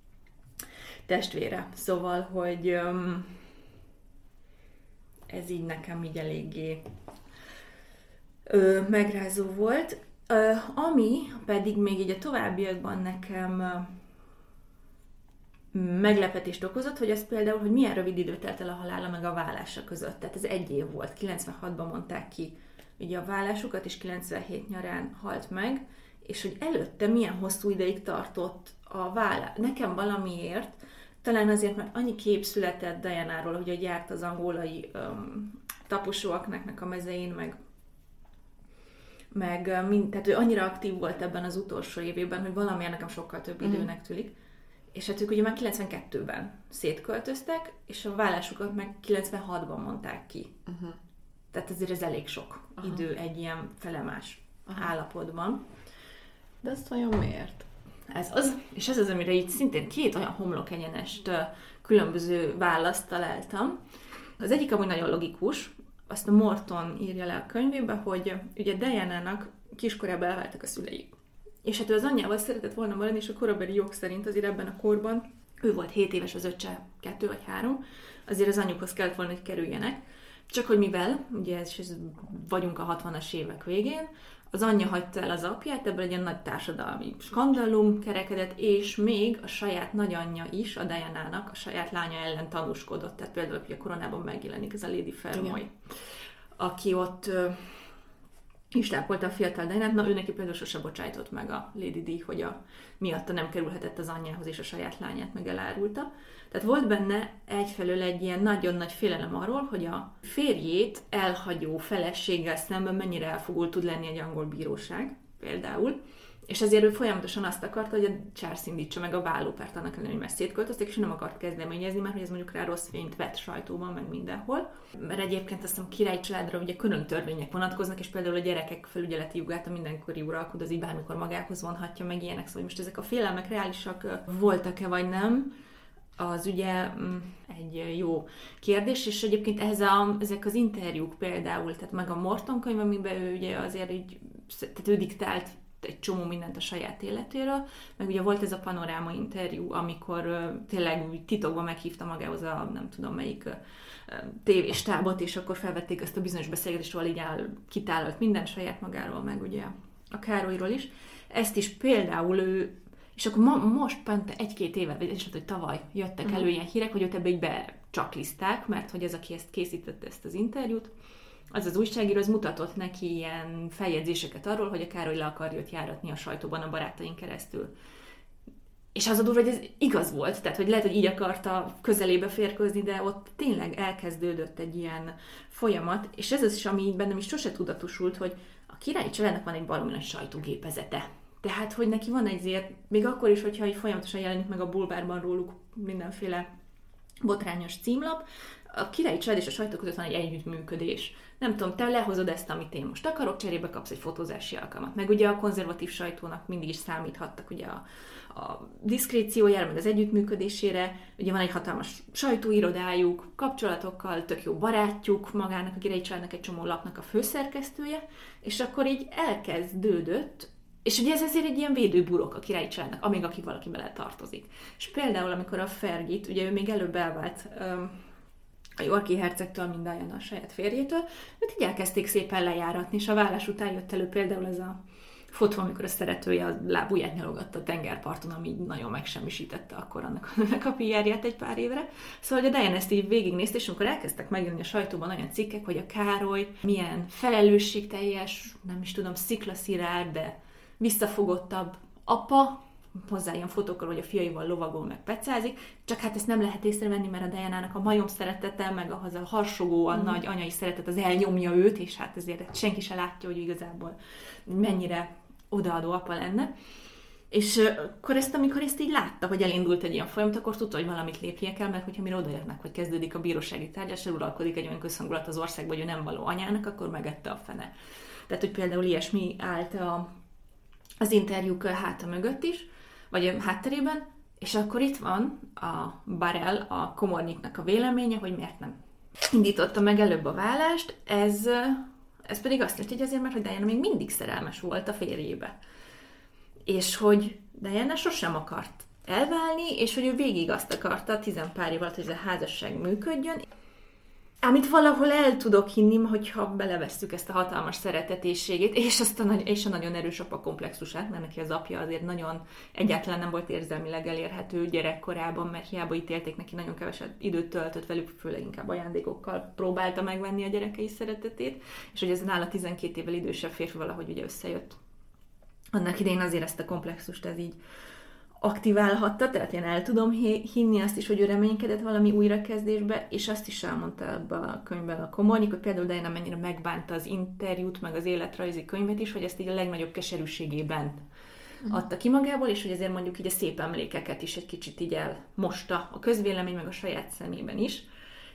Speaker 6: testvére. Szóval, hogy um, ez így nekem így eléggé ö, megrázó volt. Ö, ami pedig még így a továbbiakban nekem meglepetést okozott, hogy az például, hogy milyen rövid idő telt el a halála meg a válása között. Tehát ez egy év volt. kilencvenhatban mondták ki ugye a válásukat, és kilencvenhét nyarán halt meg, és hogy előtte milyen hosszú ideig tartott a vállás. Nekem valamiért, talán azért, mert annyi kép született Dianáról, hogy járt az angolai um, taposóaknak a mezein, meg meg mind, tehát ő annyira aktív volt ebben az utolsó évében, hogy valamilyen nekem sokkal több időnek tűnik. És hát ők ugye már kilencvenkettőben szétköltöztek, és a vállásukat meg kilencvenhatban mondták ki. Uh-huh. Tehát azért ez elég sok Aha. idő egy ilyen felemás Aha. állapotban.
Speaker 5: De azt vajon miért?
Speaker 6: Ez az, és ez az, amire így szintén két olyan homlokegyenest különböző választ találtam. Az egyik amúgy nagyon logikus, azt a Morton írja le a könyvébe, hogy ugye Diana-nak kiskorában elváltak a szülei. És hát ő az anyjával szeretett volna maradni, és a korabeli jog szerint azért ebben a korban, ő volt hét éves, az öccse kettő vagy három, azért az anyjukhoz kellett volna, hogy kerüljenek. Csak hogy mivel, ugye ez, ez vagyunk a hatvanas évek végén, az anyja hagyta el az apját, ebből egy ilyen nagy társadalmi skandalum kerekedett, és még a saját nagyanyja is, a Diana-nak, a saját lánya ellen tanúskodott. Tehát például, hogy a koronában megjelenik ez a Lady Fermoy, aki ott is tápolta a fiatal Dianát, na ő neki például sose bocsájtott meg a Lady Di, hogy a, miatta nem kerülhetett az anyjához, és a saját lányát meg elárulta. Tehát volt benne egyfelől egy ilyen nagyon nagy félelem arról, hogy a férjét elhagyó feleséggel szemben mennyire elfogult tud lenni egy angol bíróság, például. És ezért ő folyamatosan azt akarta, hogy a Charles indítsa meg a vállópert, annak ellenére, hogy már szétköltöztek, és ő nem akart kezdeményezni, mert hogy ez mondjuk rá rossz fényt vett sajtóban, meg mindenhol. Mert egyébként azt hiszem királyi családra ugye külön törvények vonatkoznak, és például a gyerekek felügyeleti jogát a mindenkori uralkodó az így bármikor magához vonhatja, meg ilyenek. Szóval most ezek a félelmek reálisak voltak-e vagy nem, az ugye egy jó kérdés, és egyébként ehhez a, ezek az interjúk például, tehát meg a Morton könyv, amiben ő ugye azért így, tehát ő diktált egy csomó mindent a saját életéről, meg ugye volt ez a panoráma interjú, amikor uh, tényleg úgy titokban meghívta magához a nem tudom melyik uh, tévéstábot, és akkor felvették ezt a bizonyos beszélgetést, ahol így áll, kitálalt minden saját magáról, meg ugye a Károlyról is. Ezt is például ő, és akkor ma, most pont egy-két éve, vagy és hogy tavaly jöttek elő uh-huh. ilyen hírek, hogy őt ebbe így becsaklizták, mert hogy ez, aki ezt készítette ezt az interjút, az az újságíró, az mutatott neki ilyen feljegyzéseket arról, hogy a Károly le akarja őt járatni a sajtóban a barátain keresztül. És az a durva, hogy ez igaz volt, tehát hogy lehet, hogy így akarta közelébe férkőzni, de ott tényleg elkezdődött egy ilyen folyamat, és ez az is, ami bennem is sose tudatosult, hogy a királyi családnak van egy baromi nagy sajtógépezete. Tehát, hogy neki van ezért, még akkor is, hogyha így folyamatosan jelenik meg a bulvárban róluk mindenféle botrányos címlap, a királyi család és a sajtó között van egy együttműködés. Nem tudom, te lehozod ezt, amit én most akarok, cserébe kapsz egy fotózási alkalmat. Meg ugye a konzervatív sajtónak mindig is számíthattak ugye a, a diszkréciójára, meg az együttműködésére. Ugye van egy hatalmas sajtóirodájuk, kapcsolatokkal, tök jó barátjuk, magának a királyi családnak egy csomó lapnak a főszerkesztője, és akkor így elkezdődött, és ugye ez azért egy ilyen védőburok a királyi családnak, amíg aki valaki bele tartozik. És például, amikor a Fergit, ugye ő még előbb elvált a Yorki hercegtől, mint Diana a saját férjétől, őt így elkezdték szépen lejáratni, és a vállás után jött elő például ez a fotó, amikor a szeretője a lábujját nyalogatta a tengerparton, ami így nagyon megsemmisítette akkor annak, annak a pé er-ját egy pár évre. Szóval, hogy a Diana ezt így végignézte, és amikor elkezdtek megjelenni a sajtóban olyan cikkek, hogy a Károly milyen felelősségteljes, nem is tudom, sziklaszirárd, de visszafogottabb apa, hozzá ilyen fotókkal, hogy a fiaival lovagol, meg pecázik, csak hát ezt nem lehet észrevenni, mert a Dianának a majom szeretete, meg ahhoz a harsogó, a mm. nagy anyai szeretet, az elnyomja őt, és hát ezért senki se látja, hogy igazából mennyire odaadó apa lenne. És akkor ezt, amikor ezt így látta, hogy elindult egy ilyen folyamat, akkor tudta, hogy valamit lépnie kell, mert hogyha mire odaérnek, hogy kezdődik a bírósági tárgyalás, uralkodik egy olyan közhangulat az országban, hogy ő nem való anyának, akkor megette a fene. Tehát, hogy például ilyesmi állt a, az interjúk háta mögött is, vagy a hátterében, és akkor itt van a Barrel, a komornyiknak a véleménye, hogy miért nem indította meg előbb a vállást, ez, ez pedig azt jelenti, hogy azért, mert hogy Diana még mindig szerelmes volt a férjébe. És hogy Diana sosem akart elválni, és hogy ő végig azt akarta tizenpár év alatt, hogy ez a házasság működjön. Amit valahol el tudok hinni, hogyha belevesszük ezt a hatalmas szeretetésségét, és, azt a, és a nagyon erős apa komplexusát, mert neki az apja azért nagyon egyáltalán nem volt érzelmileg elérhető gyerekkorában, mert hiába ítélték neki, nagyon keveset időt töltött velük, főleg inkább ajándékokkal próbálta megvenni a gyerekei szeretetét, és hogy ez nála tizenkét évvel idősebb férfi valahogy ugye összejött. Annak idején azért ezt a komplexust ez így aktiválhatta, tehát én el tudom hinni azt is, hogy ő reménykedett valami újrakezdésbe, és azt is elmondta ebben a könyvben a komornyik, hogy például Diana mennyire megbánta az interjút, meg az életrajzi könyvet is, hogy ezt így a legnagyobb keserűségében adta ki magából, és hogy ezért mondjuk így a szép emlékeket is egy kicsit így elmosta a közvélemény, meg a saját szemében is,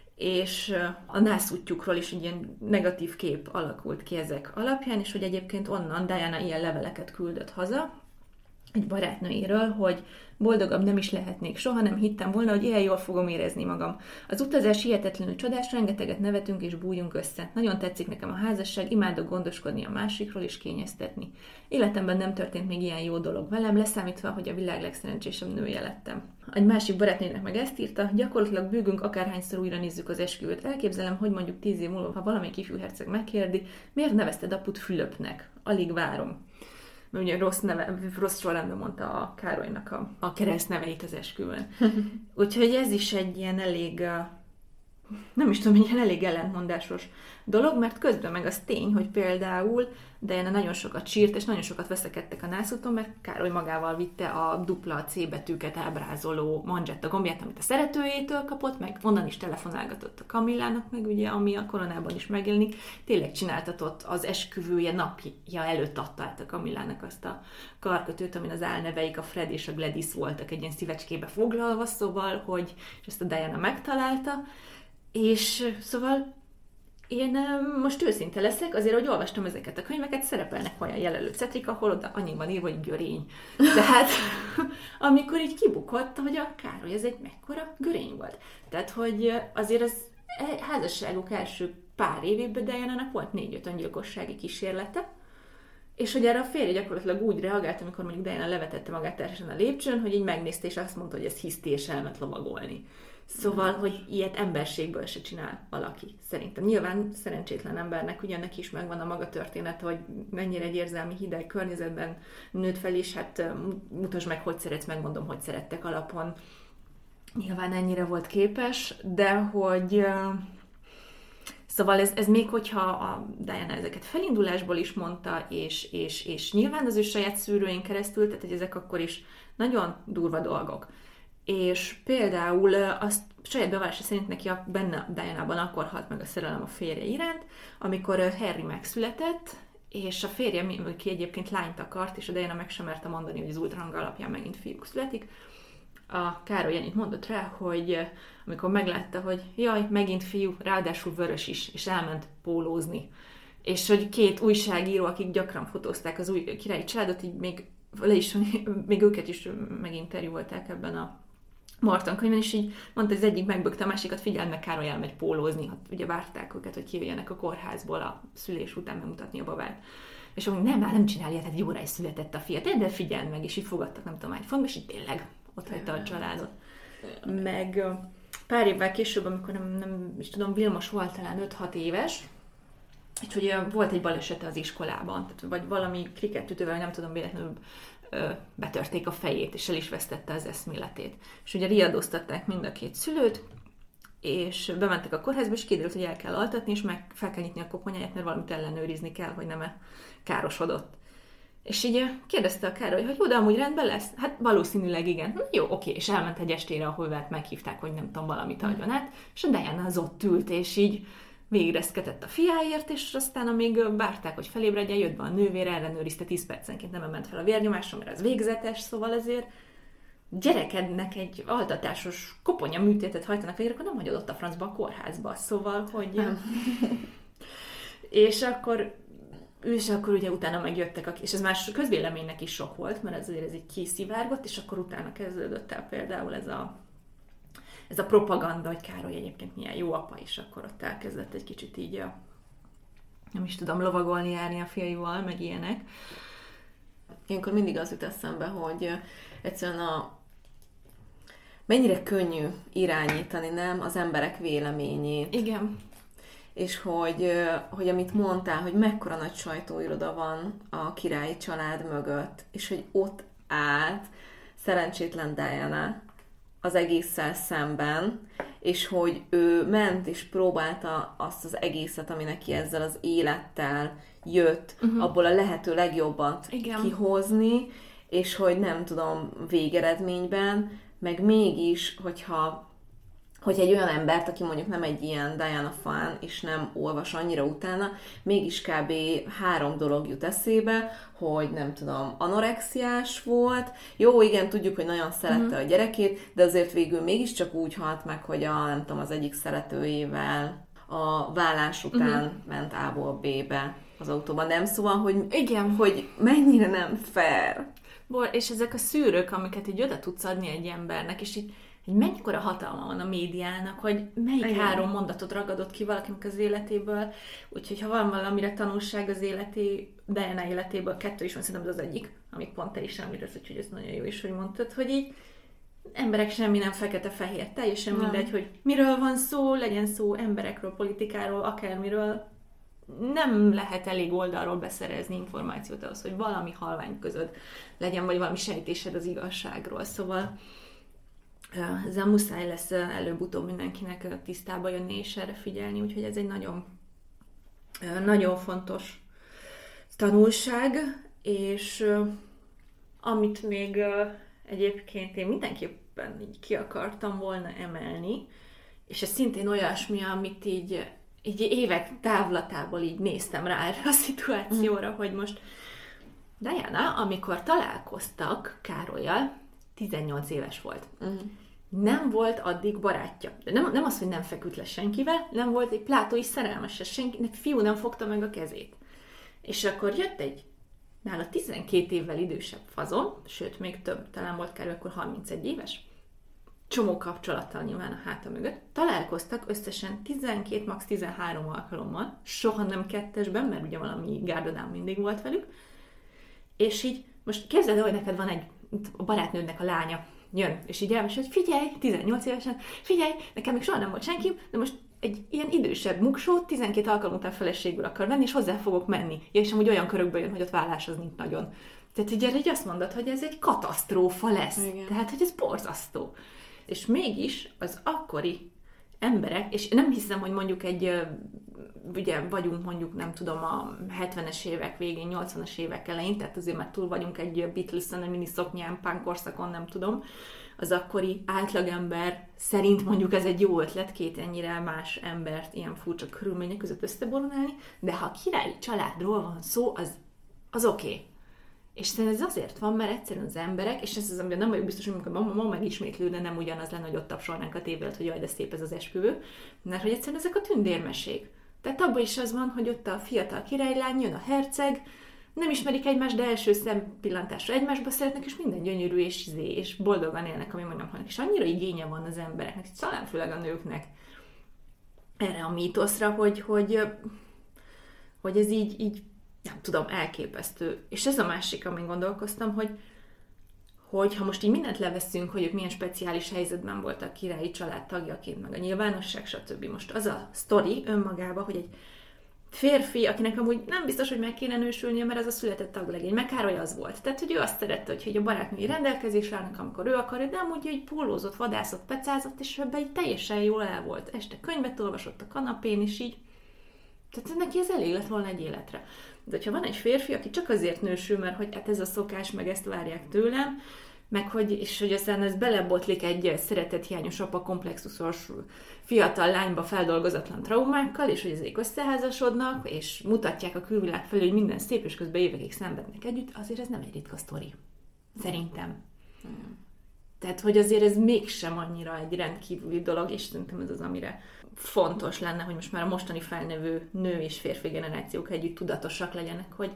Speaker 6: és a nászútjukról is egy ilyen negatív kép alakult ki ezek alapján, és hogy egyébként onnan Diana ilyen leveleket küldött haza, egy barátnőjéről, hogy boldogabb nem is lehetnék soha, nem hittem volna, hogy ilyen jól fogom érezni magam. Az utazás hihetetlenül csodás, rengeteget nevetünk és bújjunk össze. Nagyon tetszik nekem a házasság, imádok gondoskodni a másikról és kényeztetni. Életemben nem történt még ilyen jó dolog velem, leszámítva, hogy a világ legszerencsésebb nője lettem. Egy másik barátnőnek meg ezt írta, gyakorlatilag bűgünk, akárhányszor újra nézzük az esküvőt. Elképzelem, hogy mondjuk tíz év múlva, ha valamelyik ifjú herceg megkérdi, miért nevezted aput Fülöpnek? Alig várom. Mert ugye rossz, neve, rossz sorrendben mondta a Károlynak a, a keresztneveit az esküvőn. Úgyhogy ez is egy ilyen elég uh, nem is tudom, hogy elég ellentmondásos dolog, mert közben meg az tény, hogy például Diana nagyon sokat sírt, és nagyon sokat veszekedtek a nászúton, mert Károly magával vitte a dupla C betűket ábrázoló manzsetta gombját, amit a szeretőjétől kapott, meg onnan is telefonálgatott a Kamillának, meg ugye, ami a koronában is megjelenik, tényleg csináltatott az esküvője napja előtt adta át a Kamillának azt a karkötőt, amin az álneveik a Fred és a Gladys voltak egy ilyen szívecskébe foglalva, szóval, hogy és ezt a Diana megtalálta, és szóval én most őszinte leszek, azért, hogy olvastam ezeket a könyveket, szerepelnek olyan jelölő cetrik, ahol oda annyi van írva, hogy görény. Tehát amikor így kibukott, hogy a Károly ez egy mekkora görény volt. Tehát, hogy azért az házasságuk első pár évében Diana-nak volt négy-öt öngyilkossági kísérlete, és hogy erre a férje gyakorlatilag úgy reagált, amikor mondjuk Diana levetette magát teljesen a lépcsőn, hogy így megnézte, és azt mondta, hogy ez hiszti, és elment lovagolni. Szóval, hogy ilyet emberségből se csinál valaki, szerintem. Nyilván szerencsétlen embernek, ugye neki is megvan a maga története, hogy mennyire egy érzelmi hideg környezetben nőtt fel, és hát mutasd meg, hogy szeretsz, megmondom, hogy szerettek alapon. Nyilván ennyire volt képes, de hogy... Szóval ez, ez még hogyha a Diana ezeket felindulásból is mondta, és, és, és nyilván az ő saját szűrőjén keresztül, tehát hogy ezek akkor is nagyon durva dolgok. És például azt saját bevallása szerint neki a, benne Diana-ban akkor halt meg a szerelem a férje iránt, amikor Harry megszületett, és a férje, ki egyébként lányt akart, és a Diana meg sem merte mondani, hogy az ultrahang alapján megint fiúk születik, a Károly ennyit mondott rá, hogy amikor meglátta, hogy jaj, megint fiú, ráadásul vörös is, és elment pólózni. És hogy két újságíró, akik gyakran fotózták az új királyi családot, így még, le is, még őket is meginterjúolták ebben a Marton könyvben, és így mondta, hogy az egyik megbökte, a másikat, figyeld meg, Károly elmegy pólózni. Hát ugye várták őket, hogy kijöjjenek a kórházból a szülés után megmutatni a babát. És akkor nem, már nem csinálja, tehát egy óráig született a fiat, de figyeld meg, és így fogadtak, nem tudom, egy fontba, és így tényleg ott hagyta a családot. Meg pár évvel később, amikor nem, nem is tudom, Vilmos volt talán öt-hat éves, és hogy volt egy balesete az iskolában, tehát, vagy valami krikettütővel, nem tudom, véletlenül betörték a fejét, és el is vesztette az eszméletét. És ugye riadóztatták mind a két szülőt, és bementek a kórházba, és kiderült, hogy el kell altatni, és meg fel kell nyitni a koponyáját, mert valamit ellenőrizni kell, hogy nem-e károsodott. És így kérdezte a Károly, hogy oda amúgy rendben lesz? Hát valószínűleg igen. Hm, jó, oké, és elment egy estére, ahol meghívták, hogy nem tudom, valamit adjon át, és a Diana az ott ült, és így végreszkedett a fiáért, és aztán amíg várták, hogy felébredjen, jött be a nővére, ellenőrizte tíz percenként, nem ement fel a vérnyomásra, mert az végzetes, szóval azért gyerekednek egy altatásos koponya műtétet hajtanak végre, akkor nem hagyod ott a francba a kórházba, szóval, hogy... és akkor és akkor ugye utána megjöttek, és ez más közvéleménynek is sok volt, mert ez azért ez így kiszivárgott, és akkor utána kezdődött el például ez a ez a propaganda, hogy Károly egyébként milyen jó apa, és akkor ott elkezdett egy kicsit így a, nem is tudom, lovagolni, járni a fiaival, meg ilyenek.
Speaker 5: Ilyenkor mindig az jut eszembe, hogy egyszerűen a mennyire könnyű irányítani, nem, az emberek véleményét.
Speaker 6: Igen.
Speaker 5: És hogy, hogy amit mondtál, hogy mekkora nagy sajtóiroda van a királyi család mögött, és hogy ott állt szerencsétlen Diana az egésszel szemben, és hogy ő ment és próbálta azt az egészet, ami neki ezzel az élettel jött, uh-huh. abból a lehető legjobbat Igen. kihozni, és hogy nem tudom, végeredményben, meg mégis, hogyha hogy egy olyan embert, aki mondjuk nem egy ilyen Diana fan, és nem olvas annyira utána, mégis kb. Három dolog jut eszébe, hogy nem tudom, anorexiás volt. Jó, igen, tudjuk, hogy nagyon szerette mm. a gyerekét, de azért végül mégiscsak úgy halt meg, hogy a, nem tudom, az egyik szeretőjével a vállás után mm-hmm. ment A-ból B-be az autóban. Nem, szóval, hogy, igen. hogy mennyire nem fair.
Speaker 6: Bor, és ezek a szűrők, amiket így oda tudsz adni egy embernek, és így hogy mennyikora hatalma van a médiának, hogy melyik Igen. három mondatot ragadott ki valakinek az életéből, úgyhogy ha van valamire tanulság az életé, Diana életéből, kettő is van, szerintem az egyik, amit pont te is említesz, úgyhogy ez nagyon jó is, hogy mondtad, hogy így emberek semmi nem fekete-fehér, teljesen nem. mindegy, hogy miről van szó, legyen szó emberekről, politikáról, akármiről, nem lehet elég oldalról beszerezni információt ahhoz, hogy valami halvány között legyen, vagy valami sejtésed az igazságról, szóval ezzel muszáj lesz előbb-utóbb mindenkinek tisztába jönni és erre figyelni, úgyhogy ez egy nagyon, nagyon fontos tanulság, és amit még egyébként én mindenképpen így ki akartam volna emelni, és ez szintén olyasmi, amit így, így évek távlatából így néztem rá erre a szituációra, mm. hogy most Diana, amikor találkoztak Károllyal, tizennyolc éves volt. Mm. Nem volt addig barátja. De nem, nem az, hogy nem feküdt le senkivel, nem volt egy plátói szerelmese, senkinek fiú nem fogta meg a kezét. És akkor jött egy nála tizenkét évvel idősebb fazon, sőt, még több, talán volt Károly akkor harmincegy éves, csomó kapcsolattal nyilván a háta mögött, találkoztak összesen tizenkét, max. tizenhárom alkalommal, soha nem kettesben, mert ugye valami gárdodám mindig volt velük, és így most képzeld el, hogy neked van egy a barátnődnek a lánya, jön, és így elmesél, hogy figyelj, tizennyolc évesen, figyelj, nekem még soha nem volt senkim, de most egy ilyen idősebb muksót tizenkét alkalom után feleségül akar venni, és hozzá fogok menni. Ja, és amúgy olyan körökből jön, hogy ott vállás az nincs nagyon. Tehát így erre így azt mondod, hogy ez egy katasztrófa lesz. Igen. Tehát, hogy ez borzasztó. És mégis az akkori emberek, és nem hiszem, hogy mondjuk egy, ugye vagyunk mondjuk, nem tudom, a hetvenes évek végén, nyolcvanas évek elején, tehát azért már túl vagyunk egy Beatles-en, egy miniszoknyán, punk korszakon, nem tudom, az akkori átlagember szerint mondjuk ez egy jó ötlet, két ennyire más embert ilyen furcsa körülmények között összeborulálni, de ha a királyi családról van szó, az, az oké. Okay. És szerintem ez azért van, mert egyszerűen az emberek, és ez az, amiben nem vagyok biztos, hogy amikor ma, ma megismétlő, de nem ugyanaz lenne, hogy ott tapsolnánk a tévét, hogy jaj, de szép ez az esküvő, mert hogy egyszerűen ezek a tündérmesék. Tehát abban is az van, hogy ott a fiatal királylány, jön a herceg, nem ismerik egymást, de első szempillantásra egymásba szeretnek, és minden gyönyörű és izé, és boldogan élnek, ami mondjam, hogy és annyira igénye van az embereknek, talán főleg a nőknek erre a mítoszra, hogy, hogy, hogy ez így, így nem tudom, elképesztő. És ez a másik, amin gondolkoztam, hogy, hogy ha most így mindent leveszünk, hogy ők milyen speciális helyzetben voltak királyi család tagjaként, meg a nyilvánosság, stb. Most az a sztori önmagában, hogy egy férfi, akinek amúgy nem biztos, hogy meg kéne nősülnie, mert ez a született taglegény, meg Károly az volt. Tehát, hogy ő azt szerette, hogy a barátnői rendelkezésre állnak, amikor ő akar, de amúgy egy pólózott, vadászott, pecázott, és ebben így teljesen jól el volt. Este könyvet olvasott a kanapén, és így. Tehát neki ez elég lett volna egy életre. De hogyha van egy férfi, aki csak azért nősül, mert hogy hát ez a szokás, meg ezt várják tőlem, meg hogy, és hogy aztán ez belebotlik egy szeretethiányos apa komplexusos fiatal lányba feldolgozatlan traumákkal, és hogy ezek összeházasodnak, és mutatják a külvilág felé, hogy minden szép, és közben évekig szenvednek együtt, azért ez nem egy ritka sztori. Szerintem. Mm. Tehát, hogy azért ez mégsem annyira egy rendkívüli dolog, és szerintem ez az, amire fontos lenne, hogy most már a mostani felnövő nő és férfi generációk együtt tudatosak legyenek, hogy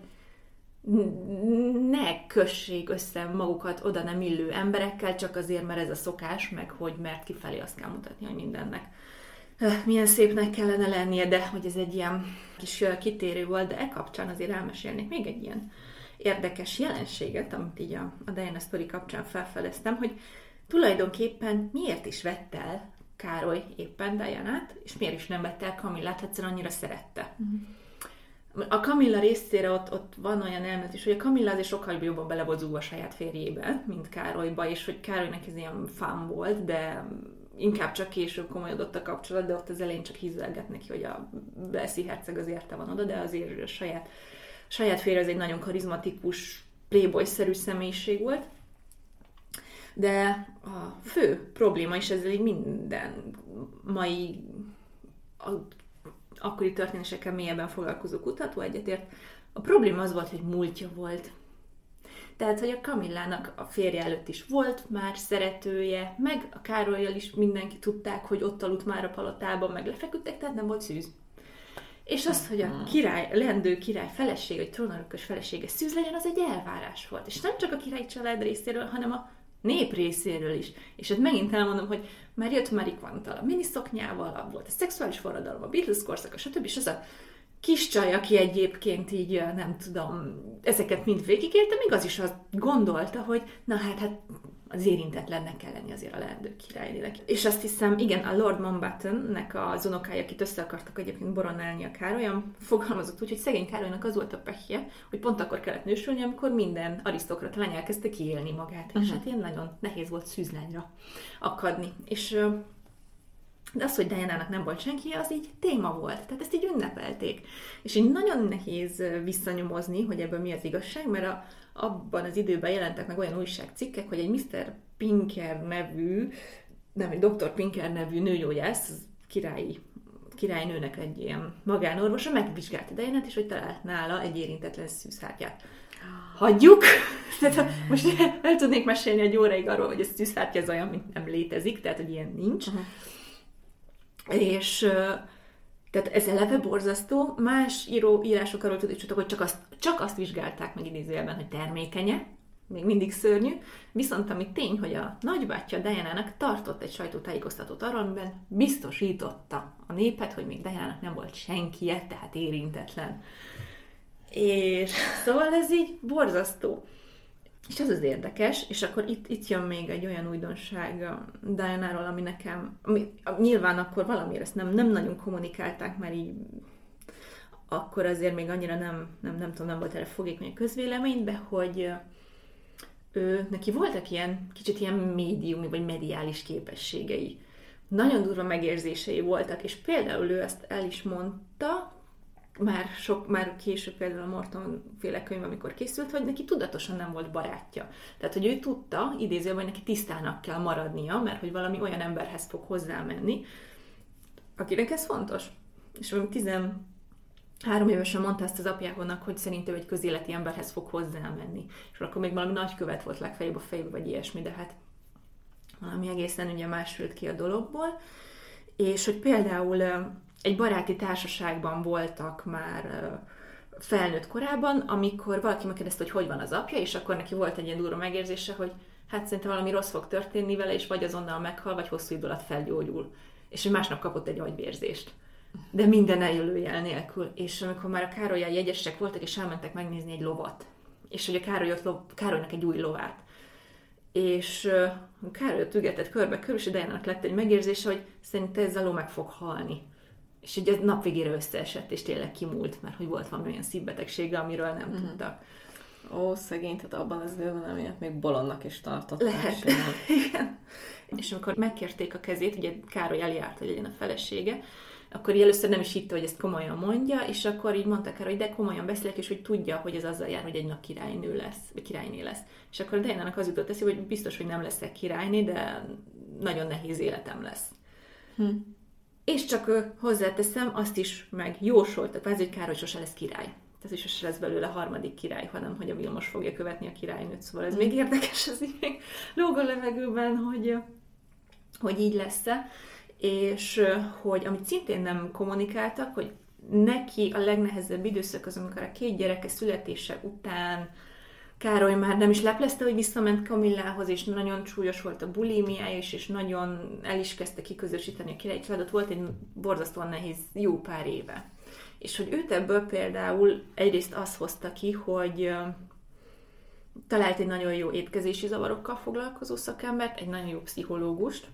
Speaker 6: ne kössék össze magukat oda nem illő emberekkel, csak azért, mert ez a szokás, meg hogy mert kifelé azt kell mutatni, hogy mindennek milyen szépnek kellene lennie, de hogy ez egy ilyen kis kitérő volt, de e kapcsán azért elmesélnék még egy ilyen érdekes jelenséget, amit így a, a Diana Story kapcsán felfedeztem, hogy tulajdonképpen miért is vett el Károly éppen Dianát, és miért is nem vett el Camillát, egyszerűen annyira szerette. Uh-huh. A Camilla részére ott, ott van olyan elmélet is, hogy a Camilla azért sokkal jobban bele volt zúgva a saját férjébe, mint Károlyba, és hogy Károlynak ez ilyen fán volt, de inkább csak később komolyodott a kapcsolat, de ott az elején csak hízelget neki, hogy a Belszí herceg az érte van oda, de azért a saját, saját férje az egy nagyon karizmatikus, playboy-szerű személyiség volt. De a fő probléma, és ezzel így minden mai a, akkori történésekkel mélyebben foglalkozó kutató egyetért, a probléma az volt, hogy múltja volt. Tehát, hogy a Camillának a férje előtt is volt már szeretője, meg a Károllyal is mindenki tudták, hogy ott aludt már a palotában, meg lefeküdtek, tehát nem volt szűz. És az, hogy a király, leendő király felesége, vagy trónörökös felesége szűz legyen, az egy elvárás volt. És nem csak a királyi család részéről, hanem a nép részéről is. És ott megint elmondom, hogy már jött Marie Quantal a miniszoknyával, volt a szexuális forradalom, a Beatles korszaka, stb. És az a kis csaj, aki egyébként így, nem tudom, ezeket mind végigélte, még az is azt gondolta, hogy na hát, hát az érintetlennek kell lenni azért a leendő királynének. És azt hiszem, igen, a Lord Mountbattennek az unokája, akit össze akartak egyébként boronnálni a Károlyam, fogalmazott úgy, hogy szegény Károlynak az volt a pehje, hogy pont akkor kellett nősülni, amikor minden arisztokrata lány elkezdte kiélni magát. Uh-huh. És hát ilyen nagyon nehéz volt szűzlányra akadni. És de az, hogy Diana-nak nem volt senki, az így téma volt. Tehát ezt így ünnepelték. És így nagyon nehéz visszanyomozni, hogy ebből mi az igazság, mert a, abban az időben jelentek meg olyan újságcikkek, hogy egy miszter Pinker nevű, nem, egy doktor Pinker nevű nőgyógyász, királyi, királynőnek egy ilyen magánorvosa megvizsgálta Diana-t, és hogy talált nála egy érintetlen szűzhártyát. Hagyjuk! Tehát most el tudnék mesélni egy óráig arról, hogy a szűzhártya az olyan, mint nem létezik, tehát hogy ilyen nincs. Uh-huh. És tehát ez eleve borzasztó. Más író, írások arról tudjuk, hogy csak azt, csak azt vizsgálták meg idézőjelben, hogy termékenye, még mindig szörnyű. Viszont ami tény, hogy a nagybátyja Diana-nak tartott egy sajtótájékoztatót arról, amiben biztosította a népet, hogy még Diana-nak nem volt senkije, tehát érintetlen. És szóval ez így borzasztó. És ez az érdekes, és akkor itt, itt jön még egy olyan újdonság Diana-ról, ami nekem, ami, nyilván akkor valamiért ezt nem, nem nagyon kommunikálták, mert így akkor azért még annyira nem, nem, nem tudom, nem volt erre fogékony a közvélemény, de hogy ő, neki voltak ilyen, kicsit ilyen médiumi vagy mediális képességei. Nagyon durva megérzései voltak, és például ő ezt el is mondta, Már, sok, már később például a Morton féle könyv, amikor készült, hogy neki tudatosan nem volt barátja. Tehát, hogy ő tudta, idézőben, hogy neki tisztának kell maradnia, mert hogy valami olyan emberhez fog hozzámenni, akinek ez fontos. És valami tizenhárom évesen mondta ezt az apjának, hogy szerintem egy közéleti emberhez fog hozzámenni. És akkor még valami nagykövet volt legfeljebb a fejbe, vagy ilyesmi, de hát valami egészen ugye másült ki a dologból. És hogy például egy baráti társaságban voltak már felnőtt korában, amikor valaki megkérdezte, hogy hogy van az apja, és akkor neki volt egy ilyen durva megérzése, hogy hát szerintem valami rossz fog történni vele, és vagy azonnal meghal, vagy hosszú idő alatt felgyógyul. És hogy másnap kapott egy agyvérzést. De minden eljelőjel nélkül. És amikor már a Károllyal jegyesek voltak, és elmentek megnézni egy lovat. És hogy a Károly ott lov, Károlynak egy új lovát. És uh, Károly ott ügetett körbe-körbe, és Diana-nak lett egy megérzése, hogy szerintem ez a ló meg fog halni. És ugye nap végére összeesett, és tényleg kimúlt, mert hogy volt valami olyan szívbetegsége, amiről nem mm. tudtak.
Speaker 5: Ó, szegény, tehát abban az időben emiatt még bolondnak is tartották.
Speaker 6: Lehet, igen. És amikor megkérték a kezét, ugye Károly eljárt, hogy legyen a felesége, akkor így először nem is hitte, hogy ezt komolyan mondja, és akkor így mondta Károly, de komolyan beszélek, és hogy tudja, hogy ez azzal jár, hogy egy nap királynő lesz, vagy királyné lesz. És akkor Diana-nak az jutott eszébe, hogy biztos, hogy nem leszek királyné, de nagyon nehéz életem lesz. Hm. És csak hozzáteszem, azt is meg jósolta, kvázi, hogy Károly sose lesz király. Tehát is sose lesz belőle harmadik király, hanem hogy a Vilmos fogja követni a királynőt. Szóval ez mm. még érdekes, ez így még lóg a levegőben, hogy, hogy így lesz-e. És hogy amit szintén nem kommunikáltak, hogy neki a legnehezebb időszak az, amikor a két gyereke születése után Károly már nem is leplezte, hogy visszament Kamillához, és nagyon súlyos volt a bulimiája is, és nagyon el is kezdte kiközösíteni a királyi családot. Volt egy borzasztóan nehéz jó pár éve. És hogy őt ebből például egyrészt azt hozta ki, hogy uh, talált egy nagyon jó étkezési zavarokkal foglalkozó szakembert, egy nagyon jó pszichológust,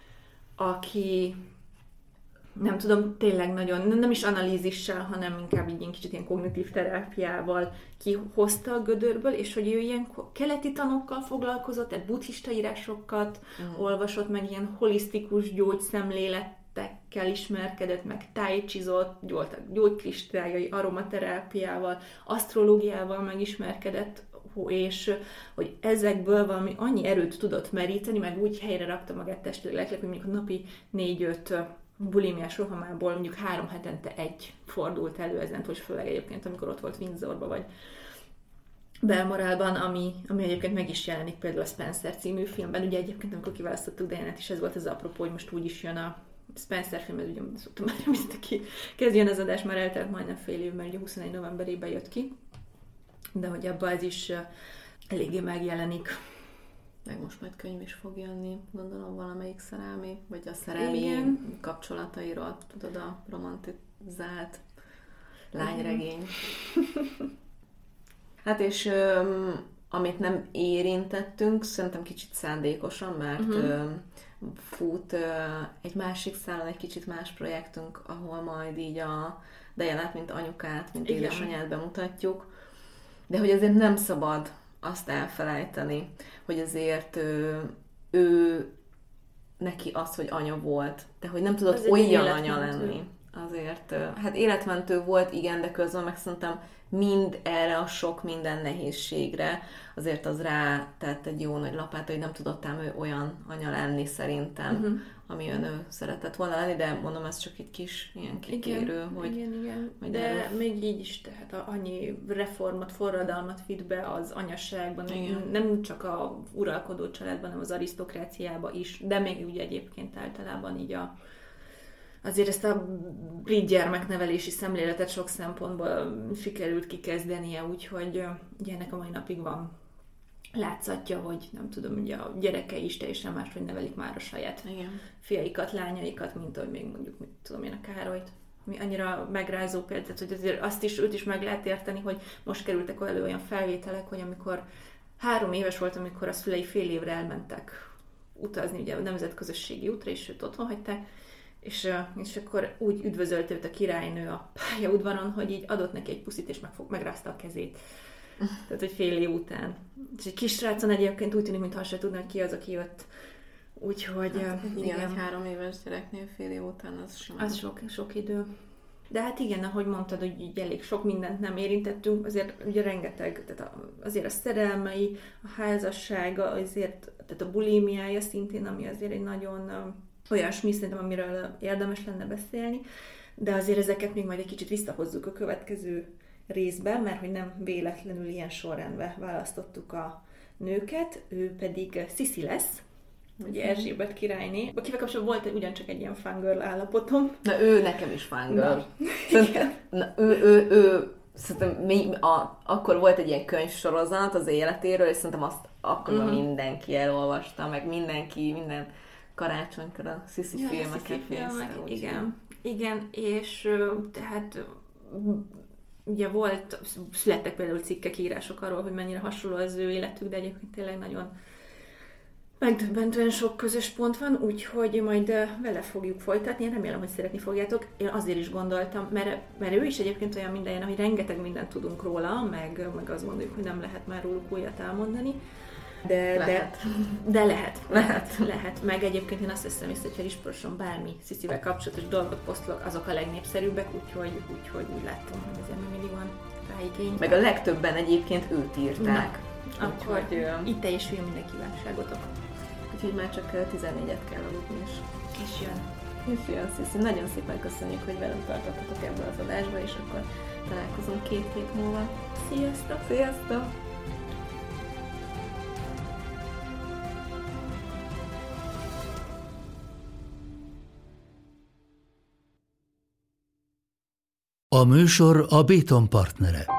Speaker 6: aki nem tudom, tényleg nagyon, nem is analízissel, hanem inkább így kicsit ilyen kognitív terápiával kihozta a gödörből, és hogy ő ilyen keleti tanokkal foglalkozott, tehát buddhista írásokat mm. olvasott, meg ilyen holisztikus gyógyszemléletekkel ismerkedett, meg tájcsizott, gyógykristályai aromaterápiával, asztrológiával megismerkedett, és hogy ezekből valami annyi erőt tudott meríteni, meg úgy helyre rakta magát testileg, hogy mondjuk a napi négy-öt bulimiás rohamából mondjuk három hetente egy fordult elő ezentől, és főleg egyébként, amikor ott volt Windsorban, vagy Balmoralban, ami, ami egyébként meg is jelenik például a Spencer című filmben. Ugye egyébként, amikor kiválasztottuk Dianát is, ez volt az apropó, hogy most úgy is jön a Spencer film, ez ugye szoktam már, amit ki kezdjön az adás, már eltelt majdnem fél év, mert ugye huszonegy novemberében jött ki, de hogy abban ez is eléggé megjelenik.
Speaker 5: Meg most majd könyv is fog jönni, gondolom valamelyik szerelmi, vagy a szerelmi Igen. kapcsolatairól, tudod, a romantizált lányregény. Hát és öm, amit nem érintettünk, szerintem kicsit szándékosan, mert uh-huh. fut egy másik szálon egy kicsit más projektünk, ahol majd így a Dianát, mint anyukát, mint Igen. édesanyát bemutatjuk, de hogy azért nem szabad azt elfelejteni, hogy azért ő, ő neki az, hogy anya volt, de hogy nem tudott az olyan anya lenni. Azért, hát életmentő volt, igen, de közben meg szerintem mind erre a sok minden nehézségre azért az rá tett egy jó nagy lapát, hogy nem tudottam ő olyan anya lenni szerintem, uh-huh. amilyen ő szeretett volna lenni, de mondom, ez csak egy kis ilyen kikérő,
Speaker 6: igen,
Speaker 5: hogy...
Speaker 6: Igen, igen, de erről... még így is, tehát annyi reformat, forradalmat vitt be az anyaságban, igen. nem csak a uralkodó családban, hanem az arisztokráciában is, de még ugye egyébként általában így a azért ezt a brit gyermeknevelési szemléletet sok szempontból sikerült kikezdenie, úgyhogy ugye ennek a mai napig van látszatja, hogy nem tudom, ugye a gyerekei is teljesen máshogy nevelik már a saját Igen. fiaikat, lányaikat, mint ahogy még mondjuk, mit tudom én, a Károlyt. Ami annyira megrázó példát, hogy azért azt is, őt is meg lehet érteni, hogy most kerültek elő olyan felvételek, hogy amikor három éves volt, amikor a szülei fél évre elmentek utazni, ugye a nemzetközösségi útra, és őt otthon hagyták, És, és akkor úgy üdvözölte őt a királynő a pályaudvaron, hogy így adott neki egy puszit, és megfog, megrázta a kezét. Tehát, hogy fél év után. És egy kis srácon egyébként úgy tűnik, mintha se tudna, hogy ki az, aki jött. Úgyhogy...
Speaker 5: Hát, igen, igen, egy három éves gyereknél fél év után az simán.
Speaker 6: Az sok, sok idő. De hát igen, ahogy mondtad, hogy így elég sok mindent nem érintettünk, azért ugye rengeteg, tehát azért a szerelmei, a házassága, azért, tehát a bulimiája szintén, ami azért egy nagyon... olyasmi, szerintem, amiről érdemes lenne beszélni, de azért ezeket még majd egy kicsit visszahozzuk a következő részben, mert hogy nem véletlenül ilyen sorrendben választottuk a nőket, ő pedig Sisi lesz, ugye Erzsébet királyné, akivel kapcsolatban volt ugyancsak egy ilyen fangirl állapotom.
Speaker 5: Na ő nekem is fangirl. Na, ő, ő, ő, szerintem mi, a, akkor volt egy ilyen könyvsorozat az életéről, és szerintem azt akkor uh-huh. mindenki elolvasta, meg mindenki, minden karácsonykor a Sisi ja, filmeket nézte.
Speaker 6: Igen, igen, és tehát ugye volt, születtek például cikkek, írások arról, hogy mennyire hasonló az ő életük, de egyébként tényleg nagyon megdöbbentően sok közös pont van, úgyhogy majd vele fogjuk folytatni. Én remélem, hogy szeretni fogjátok. Én azért is gondoltam, mert, mert ő is egyébként olyan minden, hogy rengeteg mindent tudunk róla, meg, meg azt gondoljuk, hogy nem lehet már róluk újat elmondani. De lehet. De, de lehet, lehet, lehet. Meg egyébként én azt hiszem, hogy Felisporoson bármi Sisivel kapcsolatos dolgot posztolok, azok a legnépszerűbbek, úgyhogy, úgyhogy úgy láttam, hogy ezért még mindig van rá igény.
Speaker 5: Meg a legtöbben egyébként őt írták.
Speaker 6: Na, akkor úgyhogy, itt teljesül minden kívánságotok.
Speaker 5: Úgyhogy már csak tizennégyet kell aludni is.
Speaker 6: És jön.
Speaker 5: És jön, Sisi. Nagyon szépen köszönjük, hogy velünk tartottatok ebben az adásban, és akkor találkozunk két hét múlva.
Speaker 6: Sziasztok!
Speaker 5: Sziasztok!
Speaker 1: A műsor a Béton partnere.